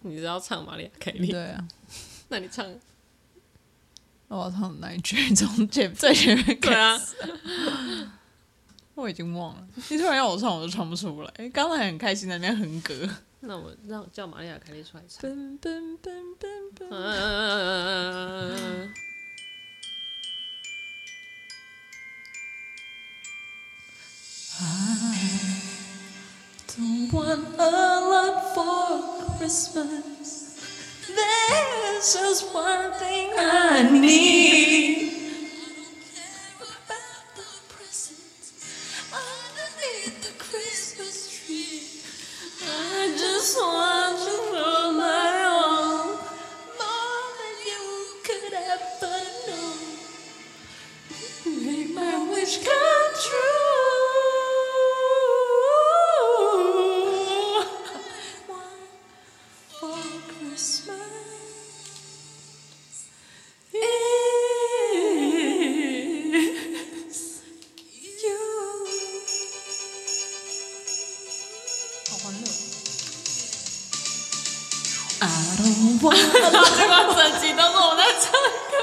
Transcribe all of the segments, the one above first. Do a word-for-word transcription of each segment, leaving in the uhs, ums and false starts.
你知道唱玛丽亚凯莉？ 对啊， 那你唱。 我要唱哪一句？从前最前面开始。 对啊， 我已经忘了。你突然要我唱，我都唱不出来。刚才很开心在那边哼歌。 那我让叫玛丽亚凯莉出来唱。 奔奔奔奔奔。 嗯 I don't want a lot for Christmas. There's just one thing I need. About the presents underneath the Christmas tree. I just want you for my own, more than you could ever know. Make my wish come true. I don't want 结果整集都是我在唱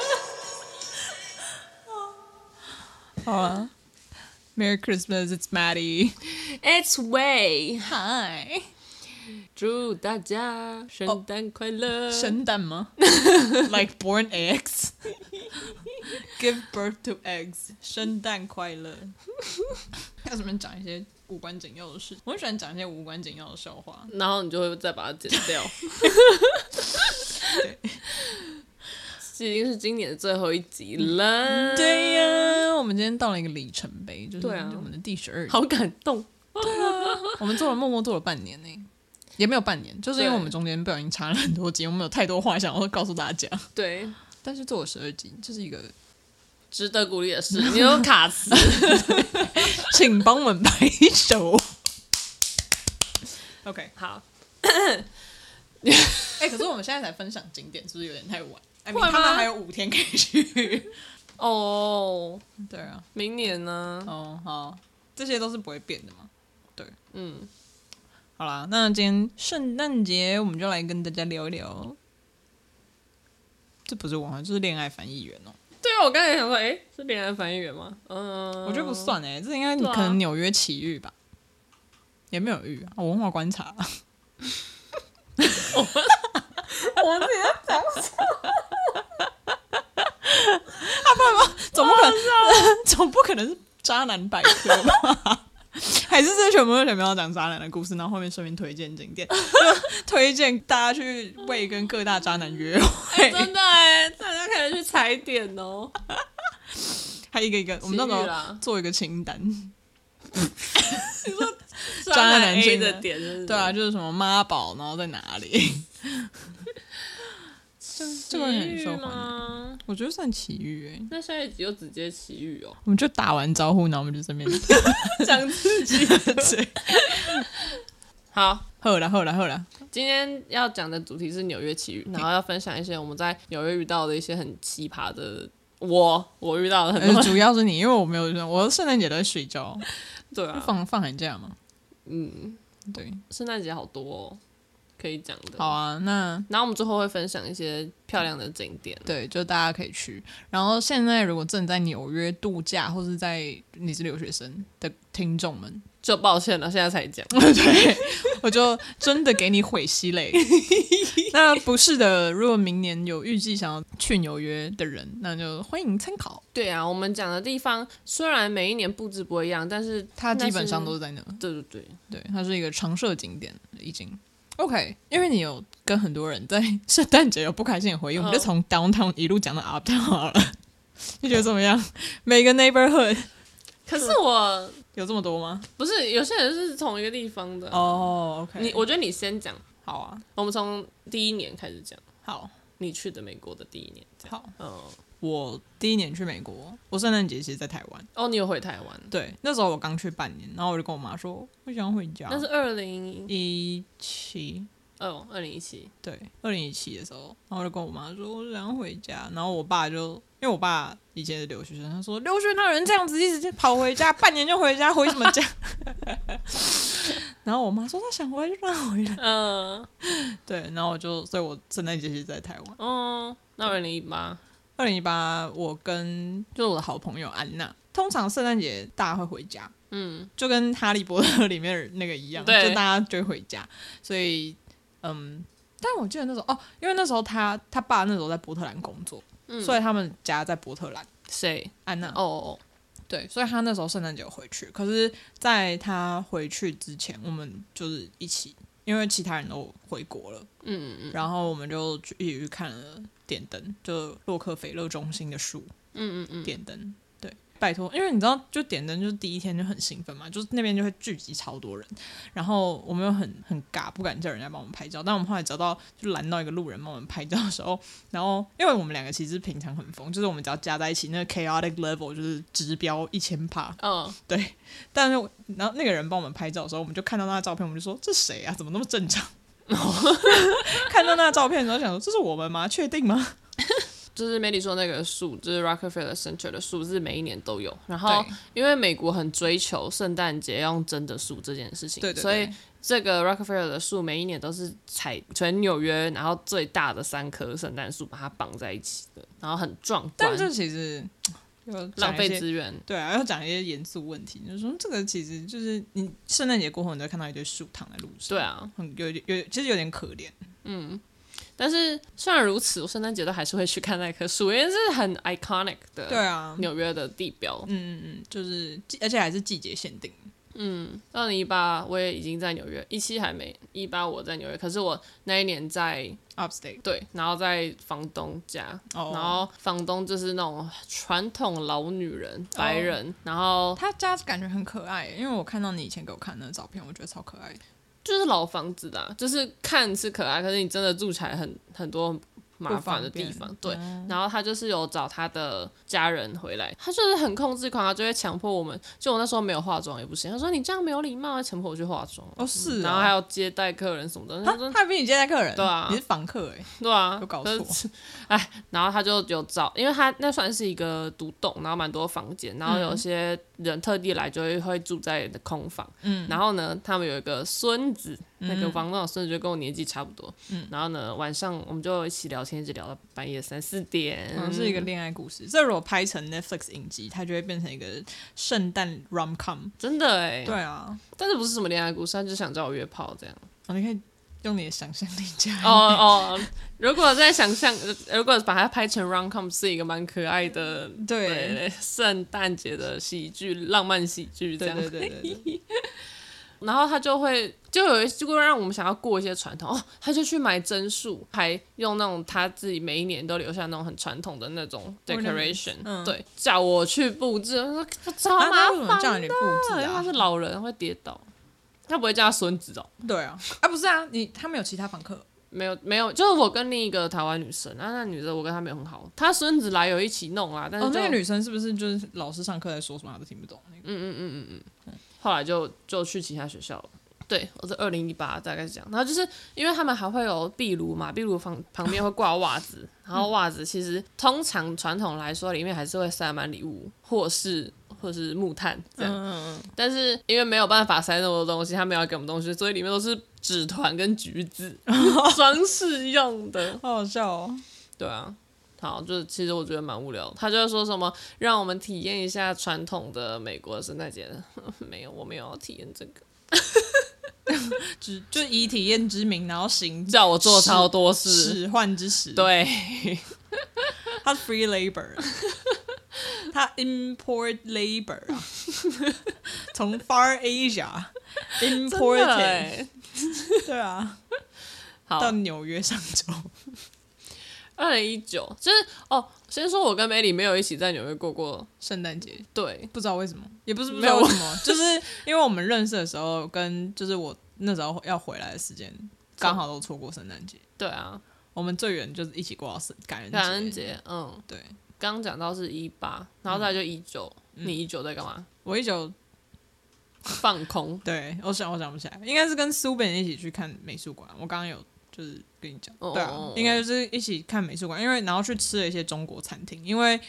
歌。 好了 Merry Christmas, it's Maddie. It's Way， Hi. 祝大家圣诞快乐。 生蛋吗？Like born eggs. Give birth to eggs. 生蛋快乐。要怎么讲一些无关紧要的事？我很喜欢讲一些无关紧要的笑话， 然后你就会再把它剪掉。 对， 这已经是今年的最后一集了。 对呀，我们今天到了一个里程碑，就是对啊我们的第十二集。 好感动。 我们做了默默做了半年呢，也没有半年，就是因为我们中间不小心插了很多集，我们有太多话想要告诉大家。 对， 但是做了十二集，这是一个值得鼓励的事。你有卡词， 请帮我们拍手。OK， 好。 哎、欸，可是我们现在才分享景点，是不是有点太晚？I mean, 会吗他们还有五天可以去。 哦， 对啊， 明年呢？ 哦，好，这些都是不会变的嘛。对， 嗯， 好啦，那今天圣诞节我们就来跟大家聊一聊。这不是文化，这是恋爱翻译员哦。 对啊，我刚才想说，哎、欸，是恋爱翻译员吗？嗯， 我觉得不算哎、欸，这应该啊可能纽约奇遇吧，也没有遇啊，文化观察。 我自己在讲什么？ 啊，不然吗？总不可能，总不可能是渣男百科吧？还是这全部都全部要讲渣男的故事，然后后面顺便推荐景点，就推荐大家去为跟各大渣男约会。 欸、真的哎，大家可以去踩点哦。 还一个一个，我们到时候做一个清单。 你说渣男 A 的点是不是？ 对啊，就是什么妈宝，然后在哪里？这个很受欢迎，我觉得算奇遇哎。 那下一集就直接奇遇哦， 我们就打完招呼，然后我们就这边讲自己对。 好， 好啦好啦好啦， 今天要讲的主题是纽约奇遇，然后要分享一些我们在纽约遇到的一些很奇葩的。我我遇到的很多、 呃，主要是你，因为我没有，我圣诞节都在睡觉。 对啊， 放放寒假嘛。 嗯， 对， 圣诞节好多哦，可以讲的。 好啊，那然后我们最后会分享一些漂亮的景点， 对，就大家可以去。然后现在如果正在纽约度假，或是在你是留学生的听众们， 就抱歉了，现在才讲。 对，我就真的给你毁稀嘞。那不是的，如果明年有预计想要去纽约的人，那就欢迎参考。 对啊，我们讲的地方虽然每一年布置不一样，但是它基本上都是在那。 对对对对，它是一个常设景点已经。OK， 因为你有跟很多人在圣诞节有不开心的回忆，我们就从 downtown 一路讲到 uptown 好了。你觉得怎么样？每个 neighborhood， 可是我有这么多吗？ 不是，有些人是同一个地方的。 哦、oh, ，OK， 你我觉得你先讲， 好啊， 我们从第一年开始讲。 好， 你去的美国的第一年。 好， 嗯， 我第一年去美国，我圣诞节其实在台湾。 哦，你有回台湾？ 对，那时候我刚去半年，然后我就跟我妈说，我想回家。 那是二零一七。 哦，二零一七， 对，二零一七的时候，然后我就跟我妈说，我想回家，然后我爸就，因为我爸以前是留学生，他说留学那人这样子一直跑回家，半年就回家，回什么家？ 然后我妈说她想回来就让她回来。 嗯， 对，然后我就，所以我圣诞节其实在台湾。 哦，那二零一八， 二零一八我跟就是我的好朋友安娜，通常圣诞节大家会回家， 嗯， 就跟哈利波特里面那个一样，就大家就会回家，所以嗯，但我记得那时候哦，因为那时候他他爸那时候在波特兰工作，嗯，所以他们家在波特兰。 谁？ 安娜。 哦， 对，所以他那时候圣诞节有回去，可是在他回去之前，我们就是一起，因为其他人都回国了，嗯嗯，然后我们就一起去看了点灯，就洛克菲勒中心的树，嗯嗯嗯，点灯。拜托，因为你知道，就点灯就是第一天就很兴奋嘛，就是那边就会聚集超多人，然后我们又很很尬，不敢叫人家帮我们拍照，但我们后来找到就拦到一个路人帮我们拍照的时候，然后因为我们两个其实平常很疯，就是我们只要加在一起，那个 chaotic level 就是直标一千趴，嗯，对，但是然后那个人帮我们拍照的时候，我们就看到他的照片，我们就说这谁啊，怎么那么正常？看到那个照片的时候想说这是我们吗？确定吗？ 就是梅里说那个树，就是 Rockefeller Center 的树，是每一年都有。然后因为美国很追求圣诞节要用真的树这件事情，对对对，所以这个 Rockefeller 的树每一年都是采全纽约然后最大的三棵圣诞树把它绑在一起的，然后很壮观。 但这其实浪费资源， 对啊，要讲一些严肃问题，就是说这个其实就是你圣诞节过后，你就会看到一堆树躺在路上， 对啊， 很有有其实有点可怜， 嗯。但是虽然如此，我圣诞节都还是会去看那棵树，因为是很 iconic 的，对啊，纽约的地标， 嗯嗯嗯，就是而且还是季节限定。 嗯，二零一八我也已经在纽约，一七还没，一八我在纽约，可是我那一年在 Upstate， 对，然后在房东家，哦、然后房东就是那种传统老女人，白人，哦、然后他家感觉很可爱，因为我看到你以前给我看的照片，我觉得超可爱的。 就是老房子啦，就是看是可爱，可是你真的住起来很很多麻烦的地方，对。嗯、然后他就是有找他的家人回来，他就是很控制狂，他就会强迫我们。就我那时候没有化妆也不行，他说你这样没有礼貌，强迫我去化妆。 哦，是、啊。 然后还有接待客人什么的， 他他还比你接待客人， 对啊， 你是房客哎、欸， 对啊， 有搞错。 哎，然后他就有找，因为他那算是一个独栋，然后蛮多房间，然后有些人特地来就会会住在空房，嗯，然后呢，他们有一个孙子。那个房东的孙子就跟我年纪差不多，嗯、然后呢，晚上我们就一起聊天，一直聊到半夜三四点。 嗯，是一个恋爱故事。这如果拍成 Netflix 影集，它就会变成一个圣诞 rom com。 真的哎， 对啊， 但是不是什么恋爱故事，他就想找我约炮这样。 哦，你可以用你的想象力加。 哦哦，如果在想象，如果把它拍成 rom com， 是一个蛮可爱的，对，圣诞节的喜剧，浪漫喜剧这样。 对对对对对。 然后他就会就有一就会让我们想要过一些传统哦，他就去买真树，还用那种他自己每一年都留下那种很传统的那种 decoration，、嗯、对，叫我去布置，我说超麻烦的， 啊、叫你布置、啊、 因为他是老人会跌倒，他不会叫他孙子哦。 对啊，啊不是啊，你他们有其他房客？ 没有没有，就是我跟另一个台湾女生，啊，那女生我跟她没有很好，她孙子来有一起弄啊，但是哦，那个女生是不是就是老师上课在说什么她都听不懂、那个？ 嗯嗯嗯嗯嗯。嗯后来就就去其他学校了。对，我是二零一八大概是这样。然后就是因为他们还会有壁炉嘛，壁炉旁旁边会挂袜子，然后袜子其实通常传统来说里面还是会塞满礼物，或是或是木炭这样。嗯嗯但是因为没有办法塞那么多东西，他们要给我们东西，所以里面都是纸团跟橘子装饰用的， 好好笑哦。 对啊。好，就是其实我觉得蛮无聊的。他就说什么让我们体验一下传统的美国圣诞节，没有，我没有要体验这个， 只就以体验之名，然后行叫我做超多事， 使唤之时。 对， 他 free labor， 他 import labor 啊，从 Far Asia imported， 对啊，到纽约上周。 二零一九就是哦，先说我跟梅里没有一起在纽约过过圣诞节， 对， 不知道为什么，也不是不知道为什么，就是因为我们认识的时候，跟就是我那时候要回来的时间刚好都错过圣诞节。 对啊， 我们最远就是一起过到感恩节。 感恩节，嗯， 对。 刚刚讲到是一八，然后再就一九、嗯，你一九在干嘛？ 我一九放空。 对，我想我想不起来，应该是跟苏本一起去看美术馆。我刚刚有。就是跟你讲，对啊，应该就是一起看美术馆，因为然后去吃了一些中国餐厅，因为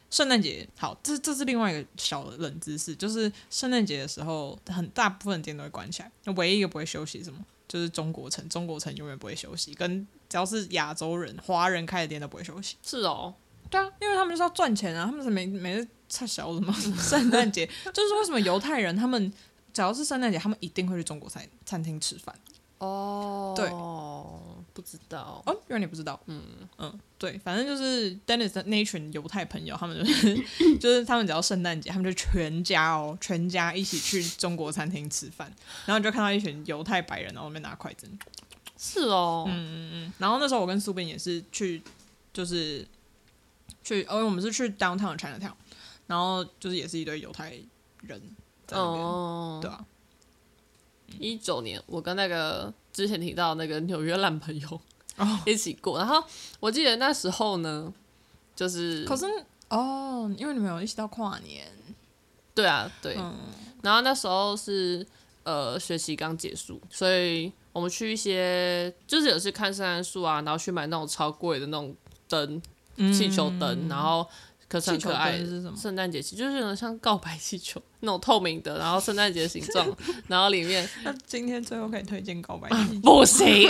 圣诞节好，这这是另外一个小的冷知识，就是圣诞节的时候，很大部分店都会关起来，唯一一个不会休息什么，就是中国城，中国城永远不会休息，跟只要是亚洲人、华人开的店都不会休息。 是哦， 对啊，因为他们就是要赚钱啊，他们是没没在差小什么圣诞节，就是为什么犹太人他们只要是圣诞节，他们一定会去中国餐餐厅吃饭。 哦， 对， 不知道哦，原来你不知道，嗯嗯，对，反正就是 Dennis 的那一群犹太朋友，他们就是就是他们只要圣诞节，他们就全家哦，全家一起去中国餐厅吃饭，然后你就看到一群犹太白人，然后那边拿筷子， 是哦， 嗯嗯嗯，然后那时候我跟苏斌也是去，就是去，哦，我们是去 downtown Chinatown， 然后就是也是一堆犹太人在那边，哦、对啊。 一九年，我跟那个之前提到那个纽约烂朋友、 oh. 一起过，然后我记得那时候呢，就是可是哦，因为你们有一起到跨年， 对啊，对， 嗯、 然后那时候是呃学期刚结束，所以我们去一些就是有去看圣诞树啊，然后去买那种超贵的那种灯，气球灯， 嗯、 然后。可是很可爱， 是什么？ 圣诞节气就是有点像告白气球那种透明的，然后圣诞节形状，然后里面。 那今天最后可以推荐告白气球？ 不行。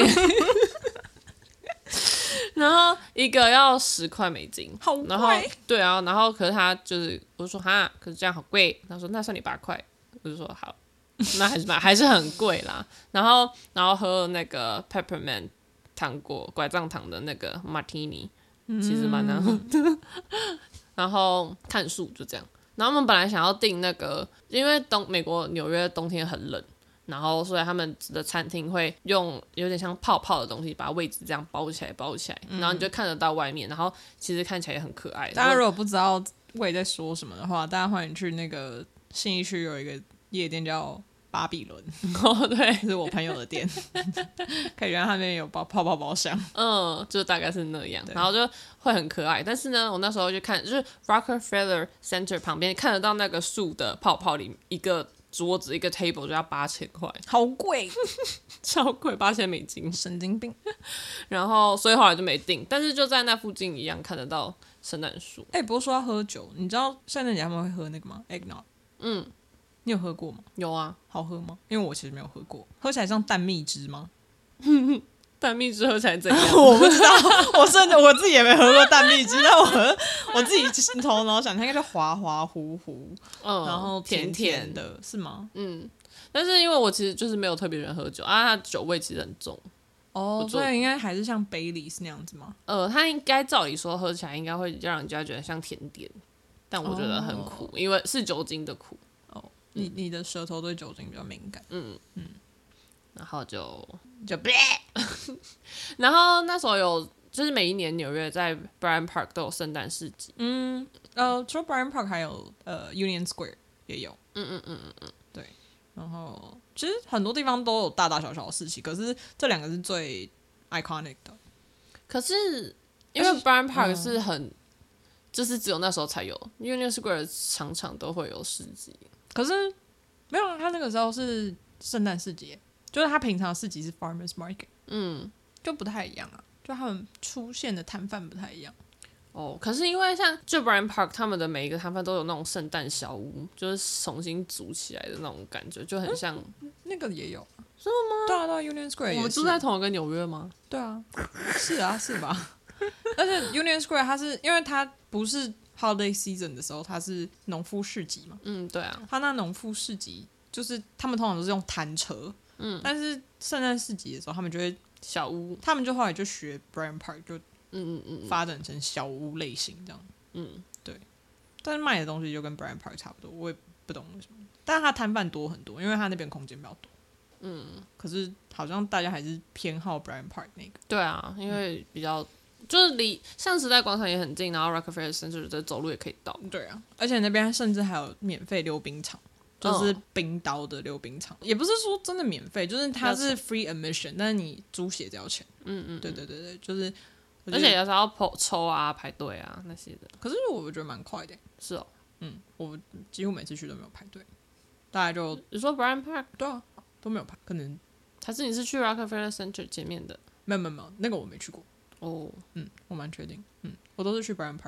然后一个要十块美金， 好贵。 然后对啊，然后可是他就是我就说哈，可是这样好贵。他说那算你八块，我就说好，那还是买还是很贵啦。然后然后喝那个 peppermint 糖果拐杖糖的那个 martini，其实蛮难喝的。然后看树就这样，然后他们本来想要订那个，因为东美国纽约冬天很冷，然后所以他们的餐厅会用有点像泡泡的东西把位置这样包起来包起来，然后你就看得到外面，然后其实看起来也很可爱。 大家如果不知道我在说什么的话，大家欢迎去那个信义区有一个夜店叫巴比伦， 哦，对， 是我朋友的店，可以让他那边有包泡泡包厢， 嗯，就大概是那样，然后就会很可爱。但是呢，我那时候就看，就是 Rockefeller Center 旁边看得到那个树的泡泡里，一个桌子一个 table 就要八千块， 好贵， 超贵，八千美金， 神经病。 然后所以后来就没订，但是就在那附近一样看得到圣诞树。 哎、欸，不是说要喝酒，你知道圣诞节他们会喝那个吗 ？Eggnog。嗯。你有喝过吗？ 有啊， 好喝吗？因为我其实没有喝过，喝起来像淡蜜汁吗？ 淡蜜汁喝起来怎样？ 我不知道，我甚至我自己也没喝过淡蜜汁，但我喝我自己头脑想，它应该是滑滑糊糊，嗯，然后甜甜的，甜甜是吗？ 嗯，但是因为我其实就是没有特别人喝酒啊，它酒味其实很重。 哦，所以应该还是像 Baileys 那样子吗？ 呃，它应该照理说喝起来应该会让人家觉得像甜点，但我觉得很苦，哦、因为是酒精的苦。 你你的舌头对酒精比较敏感，嗯嗯， 然后就就， 然后那时候有就是每一年纽约在 Bryant Park 都有圣诞市集， 嗯呃，除了 Bryant Park 还有呃 Union Square 也有，嗯嗯嗯嗯嗯，对，然后其实很多地方都有大大小小的市集，可是这两个是最 iconic 的。 可是因为 Bryant Park 是很、嗯、就是只有那时候才有 Union Square 常常都会有市集。 可是没有，他那个时候是圣诞市集，就是他平常市集是 Farmers Market， 嗯，就不太一样啊，就他们出现的摊贩不太一样。 哦，可是因为像就 Bryant Park 他们的每一个摊贩都有那种圣诞小屋，就是重新组起来的那种感觉，就很像、 嗯、那个也有， 真的吗？ 对啊，对啊 ，Union Square 也是。 我们住在同一个纽约吗？ 对啊，是啊，是吧？而且 Union Square 它是因为它不是 Holiday Season 的时候，它是农夫市集嘛。 嗯，对啊。 它那农夫市集就是他们通常都是用摊车，嗯，但是圣诞市集的时候，他们就会小屋， 他们就后来就学 Bryant Park 就嗯嗯嗯发展成小屋类型这样。嗯，对。但是卖的东西就跟 Bryant Park 差不多，我也不懂为什么。但是它摊贩多很多，因为它那边空间比较多。嗯，可是好像大家还是偏好 Bryant Park 那个。 对啊，因为比较。就是离像时代广场也很近，然后 Rockefeller Center 的走路也可以到。 对啊，而且那边甚至还有免费溜冰场，就是冰刀的溜冰场，也不是说真的免费，就是它是 free admission， 但是你租鞋子要钱。嗯嗯，对对对对，就是， 而且有时候要抽啊、排队啊那些的。 可是我觉得蛮快的。 是哦， 嗯，我几乎每次去都没有排队，大概就你说 Bryant Park 对啊都没有排，可能还是你是去 Rockefeller Center 前面的？ 没有没有没有，那个我没去过。哦，嗯，我蛮确定，嗯，我都是去 Bryant Park，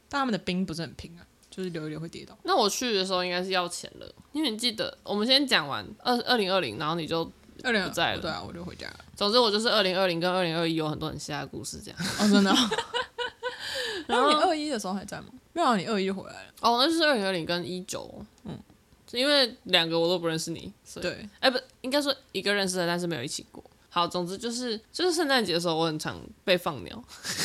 但他们的冰不是很平啊，就是流一流会跌倒。 那我去的时候应该是要钱了，因为你记得我们先讲完二二零二零，然后你就二零不在了。 对啊，我就回家了。 总之我就是二零二零跟二零二一有很多很瞎的故事这样。 哦，真的、啊。然后你二一的时候还在吗？没有、啊，你二一就回来了。 哦，那就是二零二零跟一九，嗯，因为两个我都不认识你，所以对， 哎、欸，不，应该说一个认识的，但是没有一起过。好，总之就是就是圣诞节的时候，我很常被放鸟，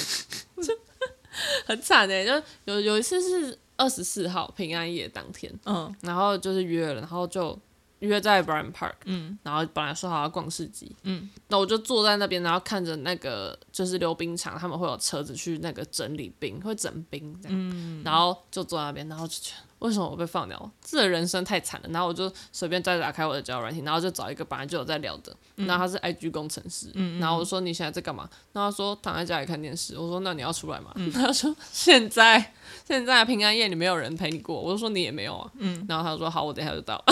很惨哎、欸，就有有一次是二十四号平安夜当天，嗯，然后就是约了，然后就约在 Bryant Park， 嗯，然后本来说好要逛市集，嗯，那我就坐在那边，然后看着那个就是溜冰场，他们会有车子去那个整理冰，会整冰这样，嗯，然后就坐在那边，然后就觉得为什么我被放鸟？这个人生太惨了。然后我就随便再打开我的交友软体，然后就找一个本来就有在聊的，嗯、然后他是 I G 工程师，嗯、然后我说你现在在干嘛？然后他说躺在家里看电视。我说那你要出来吗？嗯、他说现在现在平安夜你没有人陪你过。我就说你也没有啊，嗯、然后他说好，我等一下就到。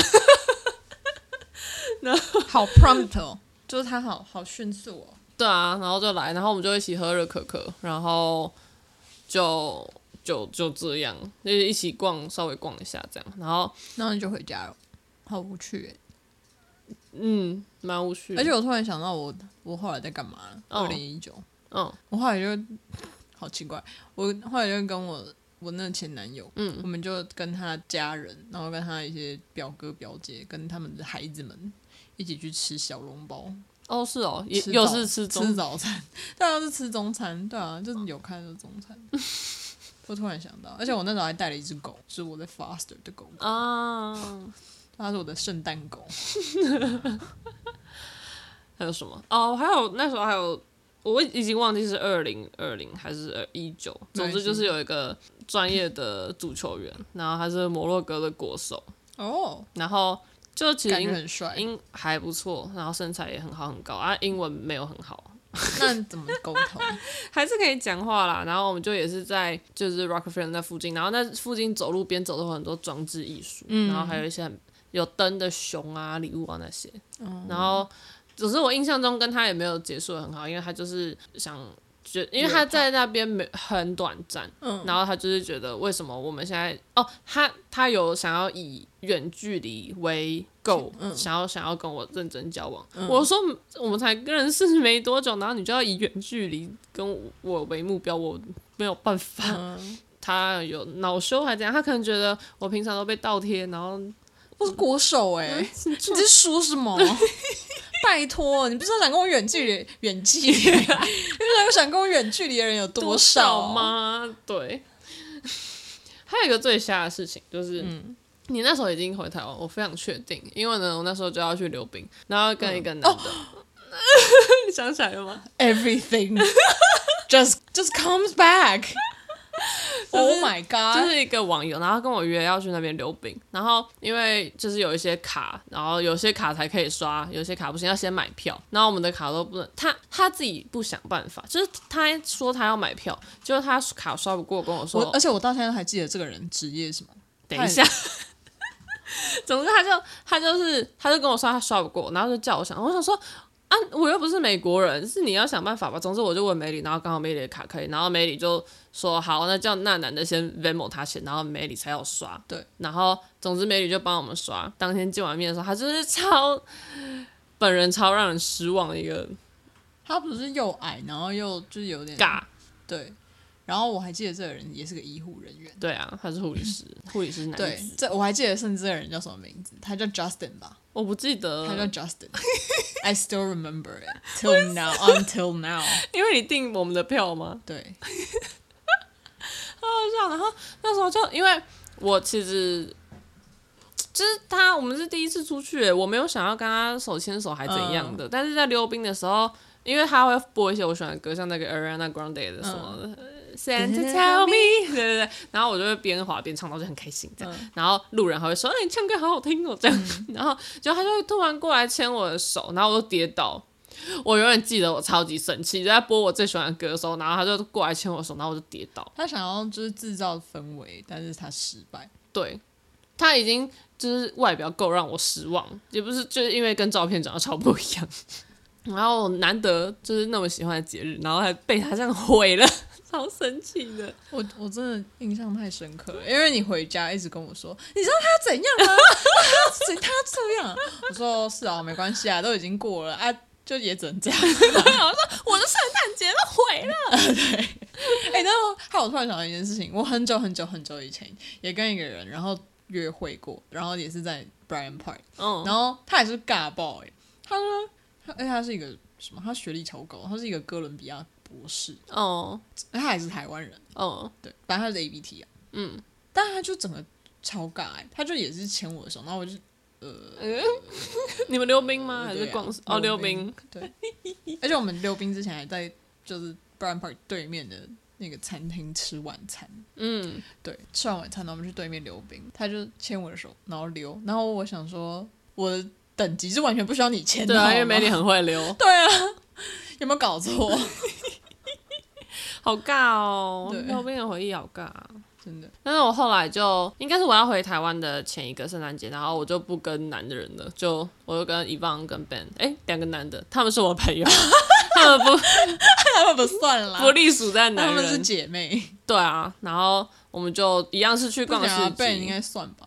好 prompt 哦，就是他好好迅速哦。 对啊，然后就来，然后我们就一起喝热可可，然后就。就就这样，就是一起逛，稍微逛一下这样，然后然后你就回家了，好无趣哎。 嗯，蛮无趣的。 而且我突然想到我，我后来在干嘛了？二零一九，嗯，我后来就好奇怪，我后来就跟我我那前男友，嗯，我们就跟他家人，然后跟他一些表哥表姐，跟他们的孩子们一起去吃小笼包。 哦，是哦，也又是吃中吃早餐，对啊，是吃中餐，对啊，就是有看的中餐。我突然想到，而且我那时候还带了一只狗，是我在 foster 的狗狗啊，它是我的圣诞狗。 还有什么？哦，还有那时候还有，我已经忘记是二零二零还是一九，总之就是有一个专业的足球员，然后他是摩洛哥的国手哦，然后就其实感觉很帅， 英还不错，然后身材也很好很高啊，英文没有很好。 那怎么沟通？ 还是可以讲话啦。然后我们就也是在就是 Rockefeller 那附近，然后那附近走路边走都有很多装置艺术，嗯、然后还有一些有灯的熊啊、礼物啊那些。嗯、然后只是我印象中跟他也没有结束的很好，因为他就是想。觉因为他在那边没很短暂，嗯、然后他就是觉得为什么我们现在哦，他他有想要以远距离为 goal，、嗯、想要想要跟我认真交往。嗯、我说我们才认识没多久，然后你就要以远距离跟我为目标，我没有办法。嗯、他有恼羞还这样，他可能觉得我平常都被倒贴，然后我是国手哎、欸，你在说什么？拜托，你不知道想跟我远距离远距离，你不知道想跟我远距离的人有多少吗？对。还有一个最瞎的事情就是，嗯、你那时候已经回台湾，我非常确定，因为呢，我那时候就要去溜冰，然后跟一个男的，嗯哦、你想起来了吗 ？Everything just just comes back 。Oh my god！ 就是一个网友，然后跟我约要去那边溜冰，然后因为就是有一些卡，然后有些卡才可以刷，有些卡不行，要先买票。然后我们的卡都不能，他他自己不想办法，就是他说他要买票，结果他卡刷不过，跟我说， 我而且我到现在都还记得这个人职业是什么。 等一下，总之他就他就是他就跟我说他刷不过，然后就叫我想，我想说。啊，我又不是美国人，是你要想办法吧。总之我就问梅里，然后刚好梅里的卡可以，然后梅里就说好，那叫那男的先 Venmo 他钱，然后梅里才要刷。 对， 然后总之梅里就帮我们刷。当天见完面的时候，他就是超本人超让人失望的一个。 他不是又矮，然后又就是有点尬， 对。然后我还记得这个人也是个医护人员。 对啊，他是护理师，护理师男子。 对，这我还记得，甚至这个人叫什么名字？他叫 Justin 吧？ 我不记得。 他叫 Justin。I still remember it till now, until now。 因为你订我们的票吗？ 对。 好好笑。然后那时候就因为我其实就是他，我们是第一次出去，我没有想要跟他手牵手还怎样的，嗯、但是在溜冰的时候，因为他会播一些我喜欢的歌，像那个 Ariana Grande 的什么。嗯Santa tell me， 对对对，然后我就会边滑边唱，然后就很开心这样。嗯、然后路人还会说：“哎，你唱歌好好听哦。”这样，嗯、然后就他就会突然过来牵我的手，然后我就跌倒。我永远记得我超级生气，就在播我最喜欢的歌的时候，然后他就过来牵我的手，然后我就跌倒。 他想要就是制造氛围，但是他失败。 对，他已经就是外表够让我失望，也不是就是因为跟照片长得超不一样。然后难得就是那么喜欢的节日，然后还被他这样毁了。 超生气的。 我我真的印象太深刻了，因为你回家一直跟我说，你知道他要怎样吗？他要他要这样、啊，我说是啊，没关系啊，都已经过了啊，就也只能这样。我说我的圣诞节都毁了。 对，哎、欸，然后害我突然想到一件事情，我很久很久很久以前也跟一个人，然后约会过，然后也是在 Bryant Park，、嗯、然后他也是尬爆哎、欸，他说，而且他是一个什么？他学历超高，他是一个哥伦比亚博士，哦，他还是台湾人，哦，对，反正他是 A B T 啊，嗯，但他就整个超尬哎、欸，他就也是牵我的手，然后我就。呃， 你们溜冰吗？还是逛？ 啊、 哦，溜冰。 对，而且我们溜冰之前还在就是 Bryant Park 对面的那个餐厅吃晚餐。嗯，对，吃完晚餐，然后我们去对面溜冰，他就牵我的手，然后溜。然后我想说，我的等级是完全不需要你牵的， 对啊，因为美女很会溜。 对啊，有没有搞错？ 好尬哦，溜冰的回忆好尬、啊。 真的， 但是我后来就应该是我要回台湾的前一个圣诞节，然后我就不跟男的人了，就我就跟 Yvonne 跟 Ben， 哎，两个男的，他们是我朋友，他们不， 他们不算啦， 不隶属在男人， 他们是姐妹。 对啊，然后我们就一样是去逛市集 ，Ben 应该算吧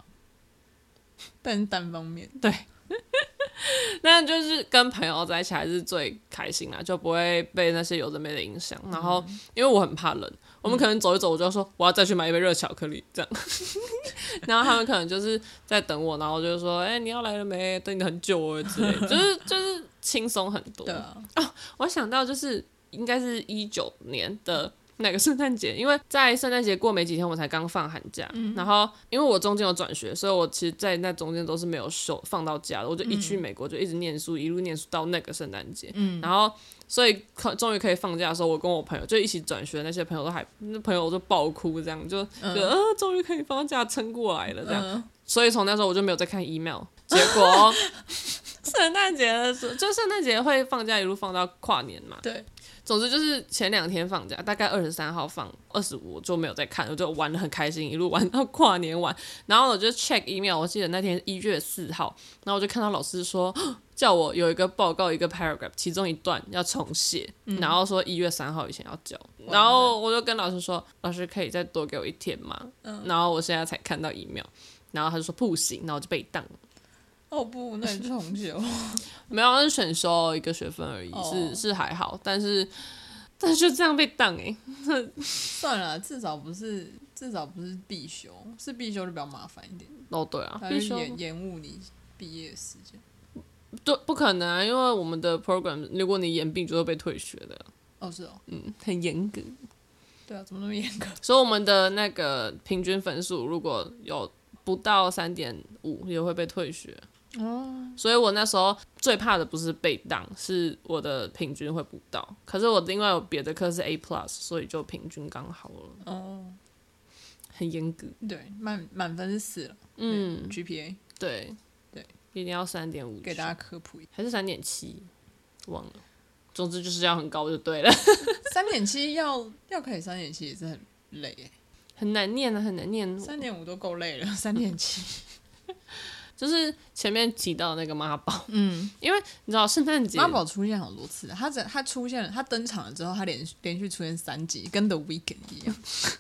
，Ben 是单方面， 对。但就是跟朋友在一起还是最开心啦，就不会被那些有的没的影响。然后因为我很怕冷，我们可能走一走，我就说我要再去买一杯热巧克力这样。然后他们可能就是在等我，然后我就说：“哎、欸，你要来了没？等你很久了之类的。”就是就是轻松很多。 对啊， 哦，我想到就是应该是一九年的。那个圣诞节，因为在圣诞节过没几天，我才刚放寒假、嗯，然后因为我中间有转学，所以我其实，在那中间都是没有休放到假的，我就一去美国就一直念书，一路念书到那个圣诞节，嗯，然后所以终于可以放假的时候，我跟我朋友就一起转学的那些朋友都还，那朋友就爆哭，这样就觉得、嗯、啊，终于可以放假撑过来了这样，嗯、所以从那时候我就没有再看 email， 结果圣诞节的时候，就圣诞节会放假一路放到跨年嘛， 对。 总之就是前两天放假，大概二十三号放，二十五就没有再看，我就玩得很开心，一路玩到跨年晚。然后我就 check email， 我记得那天一月四号，然后我就看到老师说叫我有一个报告一个 paragraph， 其中一段要重写，嗯、然后说一月三号以前要交。然后我就跟老师说，老师可以再多给我一天吗？嗯、然后我现在才看到 email， 然后他就说不行，然后我就被当了。 哦不，那你重修？ 没有，那是选修一个学分而已，哦、是是还好，但是但是就这样被当哎、欸， 算了，至少不是至少不是必修，是必修就比较麻烦一点。 哦对啊， 必修延延误你毕业的时间。 对，不可能啊，因为我们的 program 如果你延毕就会被退学的。 哦是哦， 嗯，很严格。 对啊，怎么那么严格？ 所以我们的那个平均分数如果有不到三点五，也会被退学。哦，所以我那时候最怕的不是被当，是我的平均会不到。可是我另外有别的课是 A plus， 所以就平均刚好了。哦，很严格。 对，满满分是四了。嗯 ，G P A 对对， 一定要三点五， 给大家科普一下， 还是三点七，忘了。总之就是要很高就对了。 三点七要要可以三点七也是很累耶， 很难念啊，很难念。 三点五都够累了，三点七。 就是前面提到的那个妈宝，嗯，因为你知道圣诞节妈宝出现好多次，他他出现了，他登场了之后，他连连续出现三集，跟 The Weeknd 一样，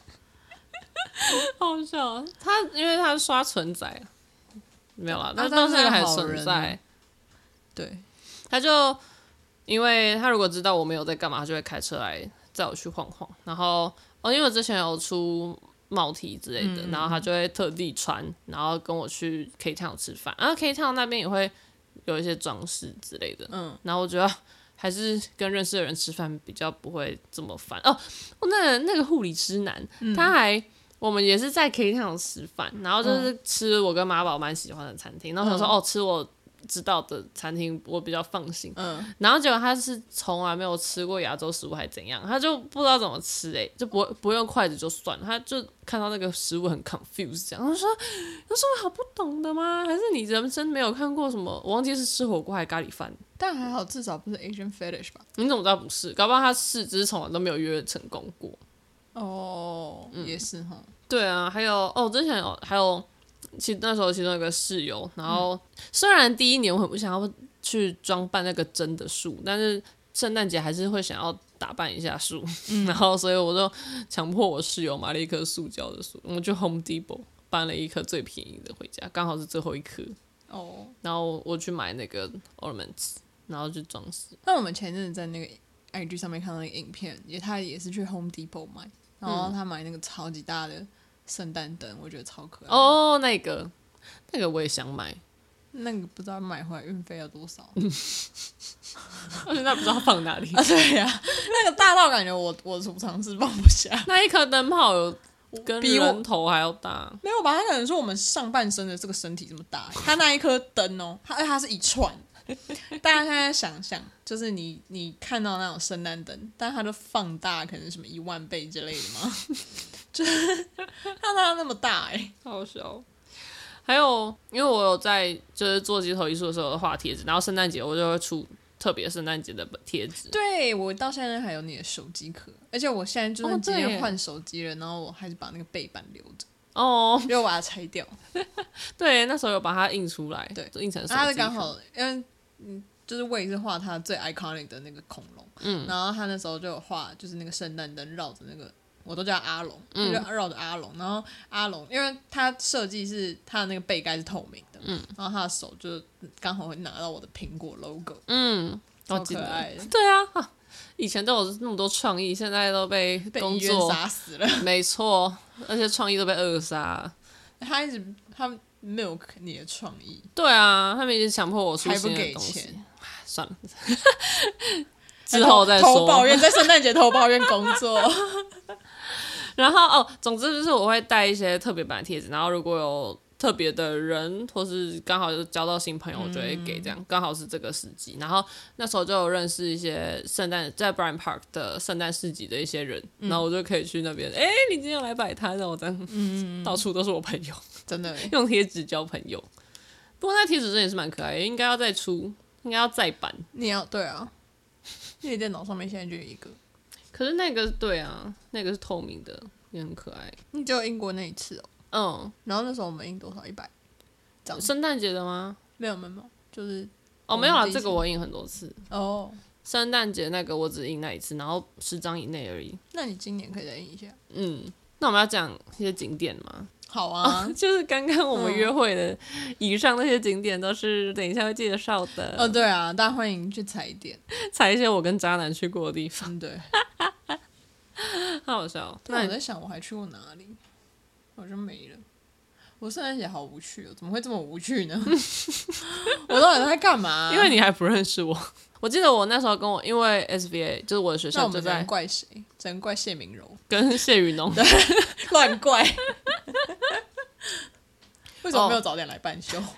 好笑。他因为他刷存在，没有啦，他到现在还存在。对，他就因为他如果知道我没有在干嘛，他就会开车来载我去晃晃。然后哦，因为我之前有出帽 T 之类的、嗯，然后他就会特地穿，然后跟我去 K Town 吃饭，然后 K Town 那边也会有一些装饰之类的，嗯，然后我觉得还是跟认识的人吃饭比较不会这么烦哦。那那个护理师男，嗯、他还我们也是在 K Town 吃饭，然后就是吃我跟马宝蛮喜欢的餐厅，然后想说、嗯、哦吃我知道的餐厅我比较放心，嗯，然后结果他是从来没有吃过亚洲食物还怎样，他就不知道怎么吃哎、欸，就不不用筷子就算了，他就看到那个食物很 confused 这样，他说有什么好不懂的吗？还是你人生没有看过什么？我忘记是吃火锅还是咖喱饭， 但还好至少不是 Asian fetish 吧？ 你怎么知道不是？搞不好他是，只是从来都没有约成功过。 哦，嗯、也是哈。 对啊，还有哦，之前有还有。其实那时候其中有个室友，然后、嗯、虽然第一年我很不想要去装扮那个真的树，但是圣诞节还是会想要打扮一下树，嗯、然后所以我就强迫我室友买了一棵塑胶的树，我们去 Home Depot 搬了一棵最便宜的回家，刚好是最后一棵。哦，然后我去买那个 ornaments， 然后去装饰。 那我们前阵子在那个 I G 上面看到那个影片，也他也是去 Home Depot 买，然后他买那个超级大的圣诞灯，我觉得超可爱。 哦，那个那个我也想买。 那个不知道买回来运费要多少， 我现在不知道放哪里。 啊，对呀、啊，那个大到感觉我我储藏室放不下。 那一颗灯泡有跟人头还要大， 没有吧？他可能说我们上半身的这个身体这么大，他那一颗灯哦，它它是一串。大家现在想象，就是你你看到那种圣诞灯，但它就放大，可能什么一万倍之类的吗？就是它它那么大哎、欸， 好笑。还有，因为我有在就是做街头艺术的时候画贴纸，然后圣诞节我就会出特别圣诞节的贴纸。 对，我到现在还有你的手机壳，而且我现在就算今天换手机了，然后我还是把那个背板留着。哦，因为我把它拆掉。 对，那时候有把它印出来，对，印成手机壳。 它是刚好，因为嗯，就是我也是画它最 iconic 的那个恐龙，嗯，然后他那时候就有画，就是那个圣诞灯绕着那个。我都叫阿龙，就绕着阿龙，然后阿龙，因为他设计是他的那个背盖是透明的，嗯，然后他的手就刚好会拿到我的苹果 logo， 嗯，超可爱的。 对啊，以前都有那么多创意，现在都被工作杀死了。 没错，而且创意都被扼杀。 他一直他 milk 你的创意， 对啊，他们一直强迫我出新的东西，算了，之后再说。 偷抱怨，在圣诞节偷抱怨工作。 然后哦，总之就是我会带一些特别版的贴纸，然后如果有特别的人或是刚好就交到新朋友，我就会给这样，刚好是这个时机。然后那时候就有认识一些圣诞在 Bryant Park 的圣诞市集的一些人，嗯、然后我就可以去那边，哎，你今天要来摆摊，然后这样，嗯、到处都是我朋友， 真的用贴纸交朋友。不过那贴纸真的也是蛮可爱的，应该要再出，应该要再版。 你要对啊，因为电脑上面现在就有一个。 可是那个对啊，那个是透明的，也很可爱。 你只有印过那一次哦。嗯，然后那时候我们印多少？一百张。 圣诞节的吗？ 没有没有没有，就是哦没有啦，这个我印很多次。 哦， 圣诞节那个我只印那一次，然后十张以内而已。 那你今年可以再印一下。 嗯，那我们要讲一些景点吗？ 好啊， 哦、就是刚刚我们约会的以上那些景点都是等一下会介绍的。 哦，对啊，大家欢迎去踩点， 踩一些我跟渣男去过的地方。 嗯，对。 好好笑。 那我在想，我还去过哪里？好像没了。我圣诞节好无趣哦，怎么会这么无趣呢？我到底在干嘛？ 因为你还不认识我。我记得我那时候跟我，因为 S V A 就是我的学校就在， 那我们只能怪谁？只能怪谢明柔跟谢雨农， 乱怪。为什么没有早点来办休？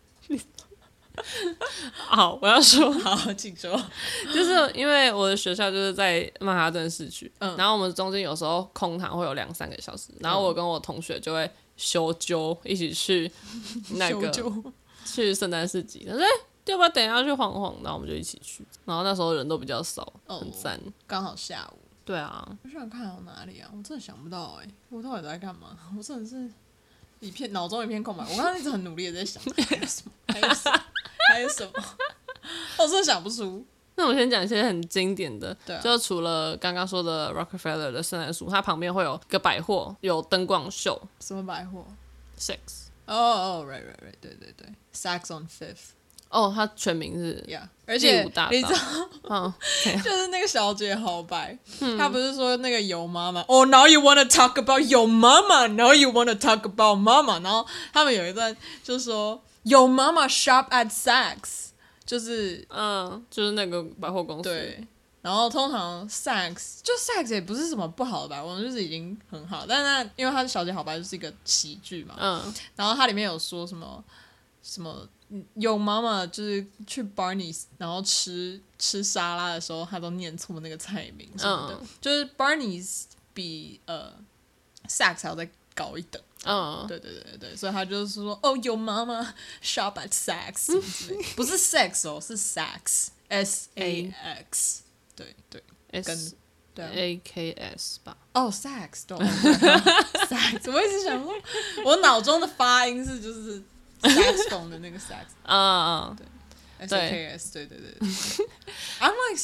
好，我要说， 好，请说。 就是因为我的学校就是在曼哈顿市区，嗯，然后我们中间有时候空堂会有两三个小时，然后我跟我同学就会修揪一起去那个去圣诞市集，他说：“哎、欸，要不要等一下去晃晃？”然后我们就一起去，然后那时候人都比较少，很赞。 刚好下午。 对啊， 我想看有哪里啊？我真的想不到哎、欸，我到底在干嘛？我真的是一片脑中一片空白。我刚刚一直很努力的在想，还有什么？还有什么？还有什么？我真的想不出。 那我先讲一些很经典的， 对啊、 就除了刚刚说的 Rockefeller 的圣诞树，它旁边会有个百货，有灯光秀。 什么百货 ？Saks。 哦哦，right right right，对对对 ，Saks on Fifth。 哦，它全名是 ，Yeah， 而且你知道， 嗯， 就是那个小姐好白，嗯、她不是说那个有妈妈哦、oh, ，Now you wanna talk about 有妈妈 ，Now you wanna talk about 妈妈，然后他们有一段就说有妈妈 shop at Saks， 就是嗯，就是那个百货公司， 对。然后通常 Saks 就 Saks 也不是什么不好的百货公司，就是已经很好，但是那因为它是小姐好白就是一个喜剧嘛，嗯，然后它里面有说什么什么。有妈妈就是去 Barney's 然后吃吃沙拉的时候，她都念错那个菜名什么的，嗯、就是 Barney's 比呃 Saks 还要再高一等。嗯，对对对对，所以他就是说，哦，有妈妈 shop at Saks，不是 sex 哦，是 Saks S A X， 对对， 跟对、啊、A K S 吧。 哦 ，Saks， 对 ，Saks， 我一直想说，我脑中的发音是就是。saxophone 的那个 sax， 啊、uh, 对 S A K S， 对对对对，I'm like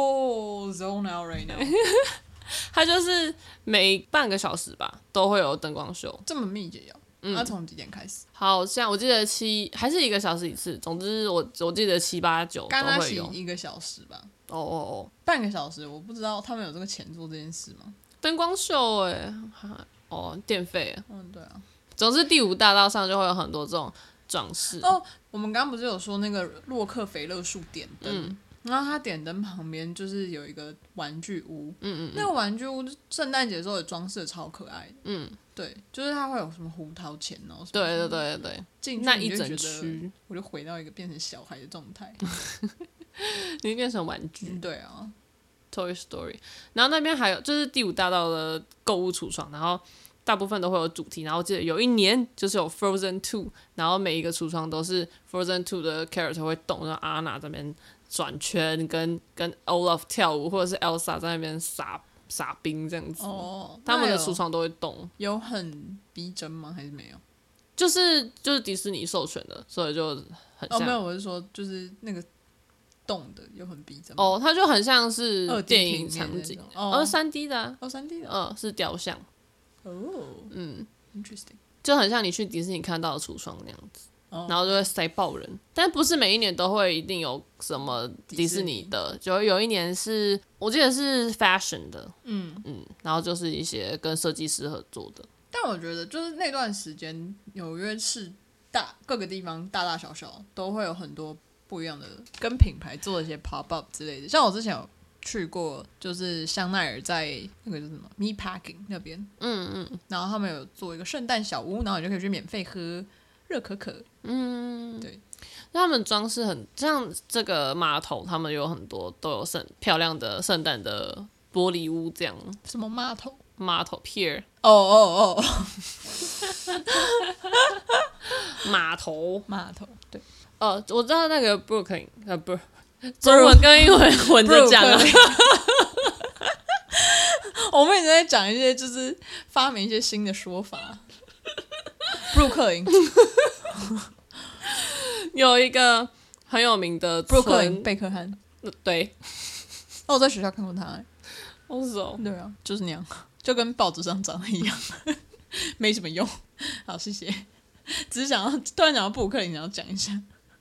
so zone out right now 。 它就是每半个小时吧都会有灯光秀， 这么密集哦。那从几点开始？ 好像我记得七还是一个小时一次，总之我我记得七八九都会有。 一个小时吧。 哦哦哦， 半个小时，我不知道他们有这个钱做这件事吗？ 灯光秀哎、欸，哦，电费。 嗯，对啊。 总之第五大道上就会有很多这种装饰。 哦，我们刚刚不是有说那个洛克菲勒树点灯？嗯，然后他点灯旁边就是有一个玩具屋，嗯嗯，那个玩具屋圣诞节的时候也装饰的超可爱的，嗯，对，就是它会有什么胡桃钳哦，对对对对，进去那一整区， 我就回到一个变成小孩的状态， 你变成玩具， 嗯、对啊 ，Toy Story， 然后那边还有就是第五大道的购物橱窗，然后大部分都会有主题，然后我记得有一年就是有 Frozen Two， 然后每一个橱窗都是 Frozen Two 的 character 会动，然后安娜这边转圈跟跟 Olaf 跳舞，或者是 Elsa 在那边撒撒冰这样子。哦，他们的橱窗都会动。 有很逼真吗？还是没有？ 就是就是迪士尼授权的，所以就很像。 哦，没有，我是说就是那个动的有很逼真吗？ 哦，它就很像是电影场景， 哦， 三 D 的、啊， 哦，三 D 的， 嗯、呃，是雕像。 哦，嗯 ，interesting， 就很像你去迪士尼看到的橱窗那样子。然后就会塞爆人，但不是每一年都会一定有什么迪士尼的，就有一年是我记得是 fashion 的，嗯嗯，然后就是一些跟设计师合作的。 但我觉得就是那段时间，纽约市大各个地方大大小小都会有很多不一样的跟品牌做一些 pop up 之类的。像我之前有去过，就是香奈儿在那个叫什么 Meatpacking 那边，嗯嗯，然后他们有做一个圣诞小屋，然后你就可以去免费喝热可可，嗯，对， 他们装饰很像这个码头，他们有很多都有圣漂亮的圣诞的玻璃屋，这样。 什么码头？ 码头 pier。 哦哦哦， 码头码头，对。 呃，我知道那个 Brooklyn， 呃，不，中文跟英文混着讲啊。 我们一直在讲一些，就是发明一些新的说法。布鲁克林有一个很有名的布鲁克林贝克汉， 对， 哦，我在学校看过他、欸， 哦是哦， 对啊，就是那样，就跟报纸上长得一样，没什么用。好，谢谢，只是想要突然讲到布鲁克林，想要讲一下。